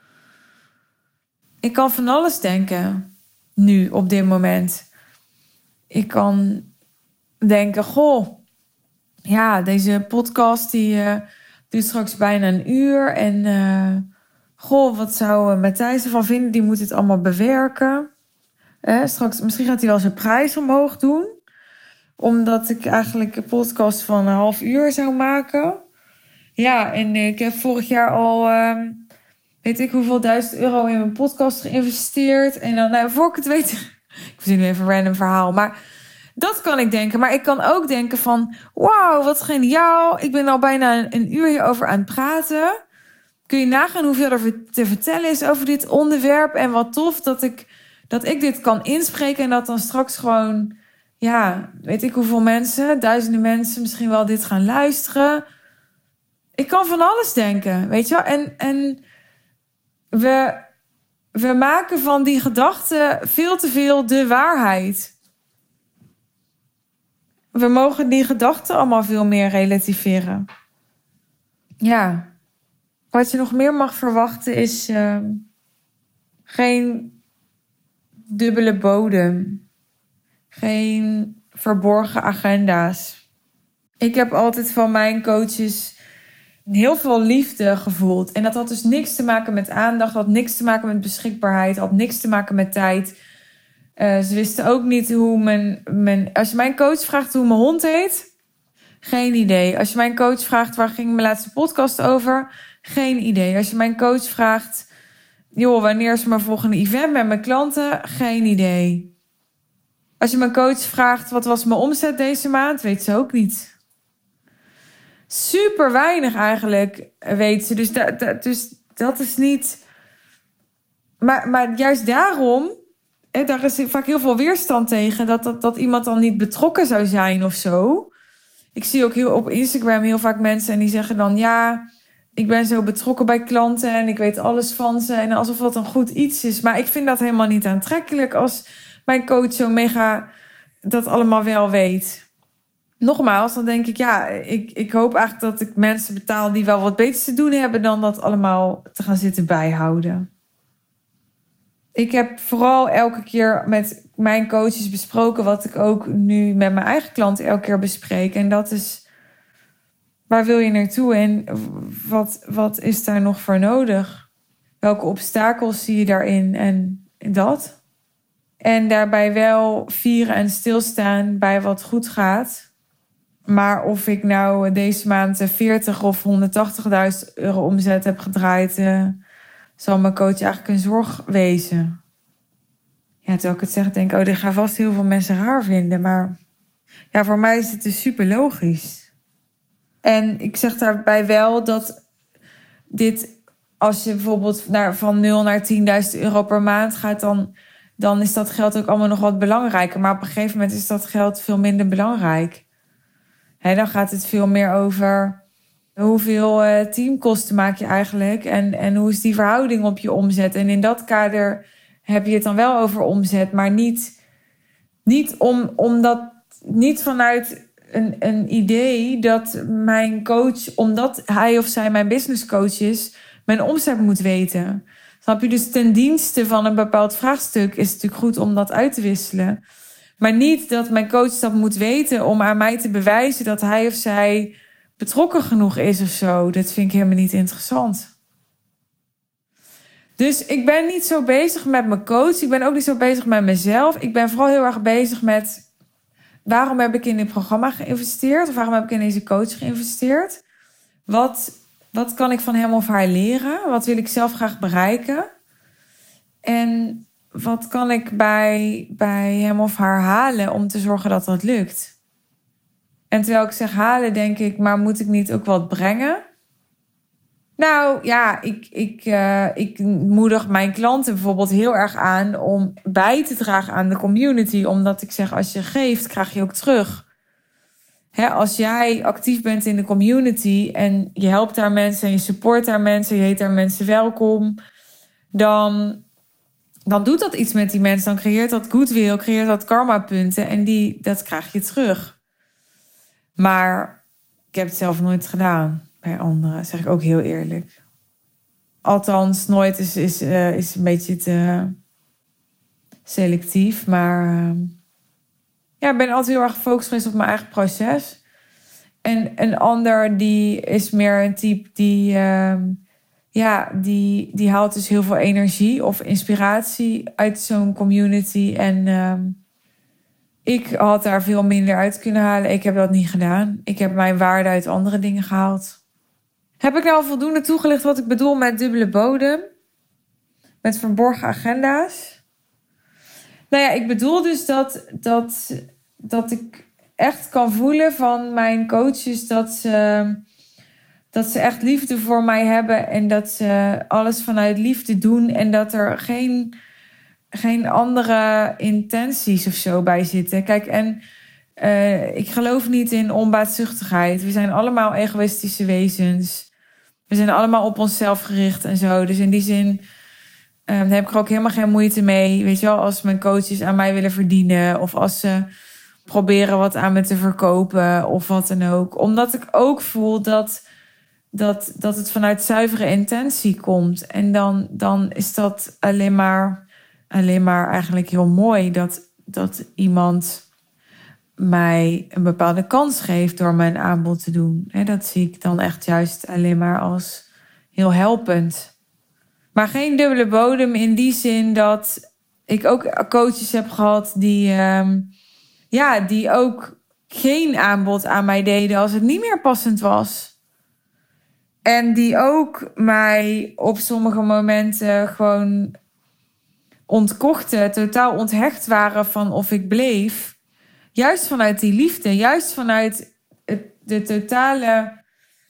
Ik kan van alles denken, nu, op dit moment. Ik kan denken, goh, ja, deze podcast die uh, duurt straks bijna een uur. En uh, goh, wat zou uh, Matthijs ervan vinden? Die moet het allemaal bewerken. Eh, straks, misschien gaat hij wel zijn prijs omhoog doen. Omdat ik eigenlijk een podcast van een half uur zou maken. Ja, en ik heb vorig jaar al, uh, weet ik hoeveel duizend euro in mijn podcast geïnvesteerd. En dan, nou, voor ik het weet, ik verzin nu even een random verhaal, maar dat kan ik denken. Maar ik kan ook denken van, wauw, wat geniaal. Ik ben al bijna een, een uur hierover aan het praten. Kun je nagaan hoeveel er te vertellen is over dit onderwerp. En wat tof dat ik, dat ik dit kan inspreken. En dat dan straks gewoon, ja, weet ik hoeveel mensen, duizenden mensen misschien wel dit gaan luisteren. Ik kan van alles denken, weet je wel. En, en we, we maken van die gedachten veel te veel de waarheid. We mogen die gedachten allemaal veel meer relativeren. Ja. Wat je nog meer mag verwachten is uh, geen dubbele bodem. Geen verborgen agenda's. Ik heb altijd van mijn coaches heel veel liefde gevoeld. En dat had dus niks te maken met aandacht. Had niks te maken met beschikbaarheid. Had niks te maken met tijd. Uh, ze wisten ook niet hoe mijn, mijn... Als je mijn coach vraagt hoe mijn hond heet, geen idee. Als je mijn coach vraagt waar ging mijn laatste podcast over, geen idee. Als je mijn coach vraagt, joh, wanneer is mijn volgende event met mijn klanten, geen idee. Als je mijn coach vraagt wat was mijn omzet deze maand, weet ze ook niet. Super weinig eigenlijk weet ze. Dus, da, da, dus dat is niet... Maar, maar juist daarom, hè, daar is vaak heel veel weerstand tegen, dat, dat, dat iemand dan niet betrokken zou zijn of zo. Ik zie ook heel op Instagram heel vaak mensen en die zeggen dan, ja, ik ben zo betrokken bij klanten en ik weet alles van ze. En alsof dat een goed iets is. Maar ik vind dat helemaal niet aantrekkelijk als mijn coach zo mega dat allemaal wel weet. Nogmaals, dan denk ik, ja, ik, ik hoop eigenlijk dat ik mensen betaal die wel wat beters te doen hebben dan dat allemaal te gaan zitten bijhouden. Ik heb vooral elke keer met mijn coaches besproken wat ik ook nu met mijn eigen klanten elke keer bespreek. En dat is, waar wil je naartoe en wat, wat is daar nog voor nodig? Welke obstakels zie je daarin en dat? En daarbij wel vieren en stilstaan bij wat goed gaat. Maar of ik nou deze maand veertig of honderdtachtigduizend euro omzet heb gedraaid, uh, zal mijn coach eigenlijk een zorg wezen. Ja, terwijl ik het zeg, denk ik, oh, dit gaan vast heel veel mensen raar vinden. Maar ja, voor mij is het dus super logisch. En ik zeg daarbij wel dat dit, als je bijvoorbeeld naar, van nul naar tienduizend euro per maand gaat, dan, dan is dat geld ook allemaal nog wat belangrijker. Maar op een gegeven moment is dat geld veel minder belangrijk. He, dan gaat het veel meer over hoeveel uh, teamkosten maak je eigenlijk en, en hoe is die verhouding op je omzet. En in dat kader heb je het dan wel over omzet, maar niet, niet, om, omdat, niet vanuit een, een idee dat mijn coach, omdat hij of zij mijn business coach is, mijn omzet moet weten. Snap je? Dus ten dienste van een bepaald vraagstuk is het natuurlijk goed om dat uit te wisselen. Maar niet dat mijn coach dat moet weten om aan mij te bewijzen dat hij of zij betrokken genoeg is of zo. Dat vind ik helemaal niet interessant. Dus ik ben niet zo bezig met mijn coach. Ik ben ook niet zo bezig met mezelf. Ik ben vooral heel erg bezig met waarom heb ik in dit programma geïnvesteerd? Of waarom heb ik in deze coach geïnvesteerd? Wat, wat kan ik van hem of haar leren? Wat wil ik zelf graag bereiken? En wat kan ik bij, bij hem of haar halen om te zorgen dat dat lukt? En terwijl ik zeg halen, denk ik, maar moet ik niet ook wat brengen? Nou ja, ik, ik, uh, ik moedig mijn klanten bijvoorbeeld heel erg aan om bij te dragen aan de community. Omdat ik zeg, als je geeft, krijg je ook terug. Hè, als jij actief bent in de community en je helpt daar mensen en je support daar mensen, je heet daar mensen welkom, dan, dan doet dat iets met die mensen. Dan creëert dat goodwill, creëert dat karma-punten en die, dat krijg je terug. Maar ik heb het zelf nooit gedaan bij anderen, zeg ik ook heel eerlijk. Althans, nooit is, is, uh, is een beetje te selectief. Maar uh, ja, ik ben altijd heel erg gefocust geweest op mijn eigen proces. En een ander die is meer een type die, uh, ja, die, die haalt dus heel veel energie of inspiratie uit zo'n community. En uh, ik had daar veel minder uit kunnen halen. Ik heb dat niet gedaan. Ik heb mijn waarde uit andere dingen gehaald. Heb ik nou voldoende toegelicht wat ik bedoel met dubbele bodem? Met verborgen agenda's? Nou ja, ik bedoel dus dat, dat, dat ik echt kan voelen van mijn coaches dat ze, dat ze echt liefde voor mij hebben en dat ze alles vanuit liefde doen en dat er geen, geen andere intenties of zo bij zitten. Kijk, en uh, ik geloof niet in onbaatzuchtigheid. We zijn allemaal egoïstische wezens. We zijn allemaal op onszelf gericht en zo. Dus in die zin um, daar heb ik er ook helemaal geen moeite mee. Weet je wel, als mijn coaches aan mij willen verdienen of als ze proberen wat aan me te verkopen of wat dan ook. Omdat ik ook voel dat, dat, dat het vanuit zuivere intentie komt. En dan, dan is dat alleen maar, alleen maar eigenlijk heel mooi dat, dat iemand mij een bepaalde kans geeft door mijn aanbod te doen. En dat zie ik dan echt juist alleen maar als heel helpend. Maar geen dubbele bodem in die zin dat ik ook coaches heb gehad die, um, ja, die ook geen aanbod aan mij deden als het niet meer passend was. En die ook mij op sommige momenten gewoon ontkochten, totaal onthecht waren van of ik bleef. Juist vanuit die liefde, juist vanuit het, de totale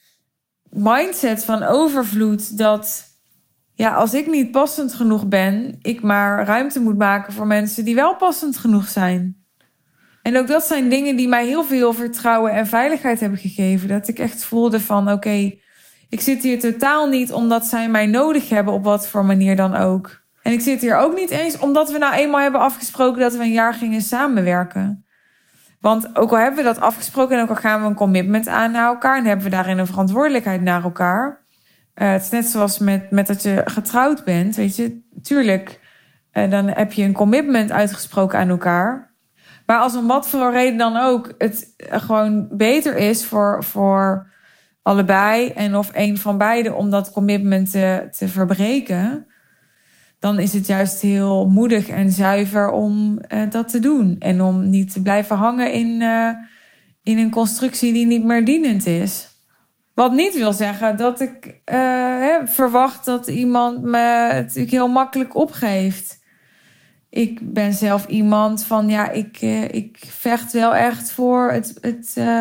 mindset van overvloed dat, ja, als ik niet passend genoeg ben, ik maar ruimte moet maken voor mensen die wel passend genoeg zijn. En ook dat zijn dingen die mij heel veel vertrouwen en veiligheid hebben gegeven. Dat ik echt voelde van, oké, okay, ik zit hier totaal niet omdat zij mij nodig hebben op wat voor manier dan ook. En ik zit hier ook niet eens omdat we nou eenmaal hebben afgesproken dat we een jaar gingen samenwerken. Want ook al hebben we dat afgesproken en ook al gaan we een commitment aan naar elkaar en hebben we daarin een verantwoordelijkheid naar elkaar. Uh, het is net zoals met, met dat je getrouwd bent, weet je. Tuurlijk, uh, dan heb je een commitment uitgesproken aan elkaar. Maar als om wat voor reden dan ook het gewoon beter is voor, voor allebei en of een van beiden om dat commitment te, te verbreken, dan is het juist heel moedig en zuiver om uh, dat te doen. En om niet te blijven hangen in, uh, in een constructie die niet meer dienend is. Wat niet wil zeggen dat ik uh, hè, verwacht dat iemand me het heel makkelijk opgeeft. Ik ben zelf iemand van, ja, ik, uh, ik vecht wel echt voor het... het uh,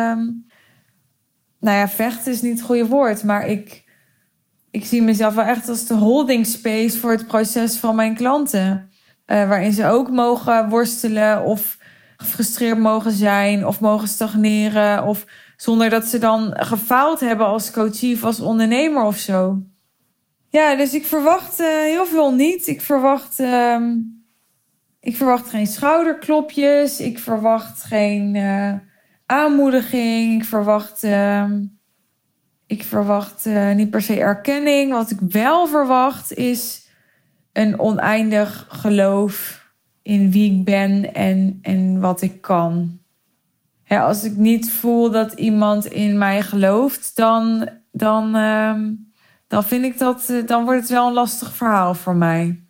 nou ja, vechten is niet het goede woord, maar ik... Ik zie mezelf wel echt als de holding space voor het proces van mijn klanten. Uh, waarin ze ook mogen worstelen of gefrustreerd mogen zijn of mogen stagneren. Of zonder dat ze dan gefaald hebben als coachie of als ondernemer of zo. Ja, dus ik verwacht uh, heel veel niet. Ik verwacht, uh, ik verwacht geen schouderklopjes. Ik verwacht geen uh, aanmoediging. Ik verwacht... Uh, Ik verwacht uh, niet per se erkenning. Wat ik wel verwacht is een oneindig geloof in wie ik ben en, en wat ik kan. Ja, als ik niet voel dat iemand in mij gelooft, dan, dan, uh, dan vind ik dat, uh, dan wordt het wel een lastig verhaal voor mij.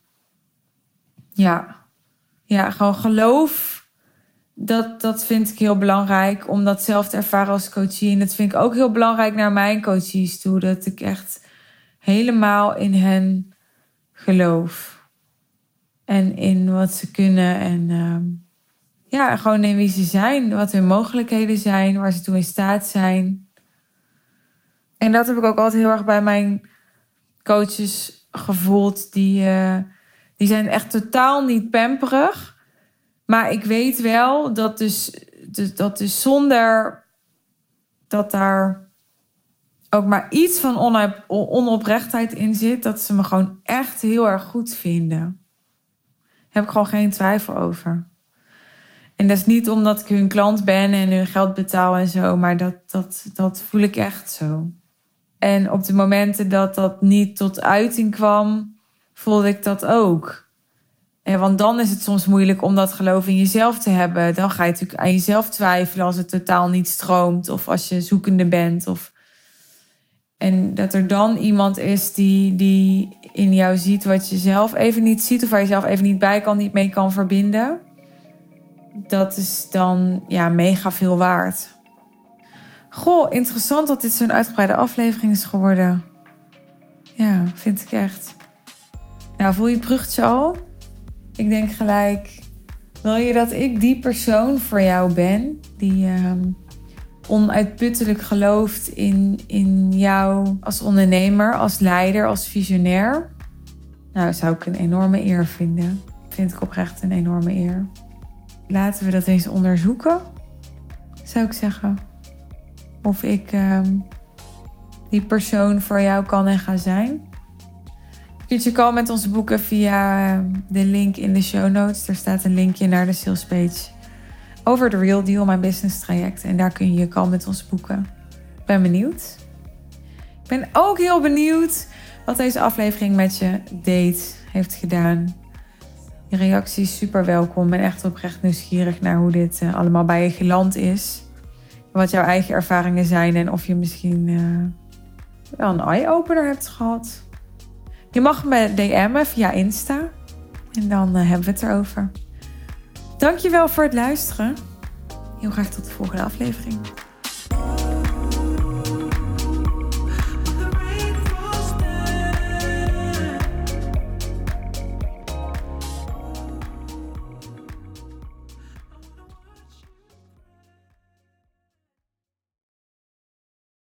Ja, ja, gewoon geloof. Dat, dat vind ik heel belangrijk om dat zelf te ervaren als coachie. En dat vind ik ook heel belangrijk naar mijn coaches toe. Dat ik echt helemaal in hen geloof. En in wat ze kunnen. En uh, ja, gewoon in wie ze zijn. Wat hun mogelijkheden zijn. Waar ze toe in staat zijn. En dat heb ik ook altijd heel erg bij mijn coaches gevoeld. Die, uh, die zijn echt totaal niet pamperig. Maar ik weet wel dat dus, dat dus zonder dat daar ook maar iets van onop, onoprechtheid in zit, dat ze me gewoon echt heel erg goed vinden. Daar heb ik gewoon geen twijfel over. En dat is niet omdat ik hun klant ben en hun geld betaal en zo, maar dat, dat, dat voel ik echt zo. En op de momenten dat dat niet tot uiting kwam, voelde ik dat ook. Ja, want dan is het soms moeilijk om dat geloof in jezelf te hebben. Dan ga je natuurlijk aan jezelf twijfelen als het totaal niet stroomt. Of als je zoekende bent. Of... En dat er dan iemand is die, die in jou ziet wat je zelf even niet ziet. Of waar je zelf even niet bij kan, niet mee kan verbinden. Dat is dan ja, mega veel waard. Goh, interessant dat dit zo'n uitgebreide aflevering is geworden. Ja, vind ik echt. Nou, voel je het bruggetje al? Ik denk gelijk, wil je dat ik die persoon voor jou ben? Die uh, onuitputtelijk gelooft in, in jou als ondernemer, als leider, als visionair? Nou, zou ik een enorme eer vinden. Vind ik oprecht een enorme eer. Laten we dat eens onderzoeken, zou ik zeggen. Of ik uh, die persoon voor jou kan en ga zijn. Je kunt je call met ons boeken via de link in de show notes. Er staat een linkje naar de sales page over The Real Deal, mijn business traject. En daar kun je je call met ons boeken. Ik ben benieuwd. Ik ben ook heel benieuwd wat deze aflevering met je date heeft gedaan. Je reactie is super welkom. Ik ben echt oprecht nieuwsgierig naar hoe dit uh, allemaal bij je geland is. Wat jouw eigen ervaringen zijn en of je misschien uh, wel een eye-opener hebt gehad. Je mag me D M'en via Insta. En dan uh, hebben we het erover. Dankjewel voor het luisteren. Heel graag tot de volgende aflevering.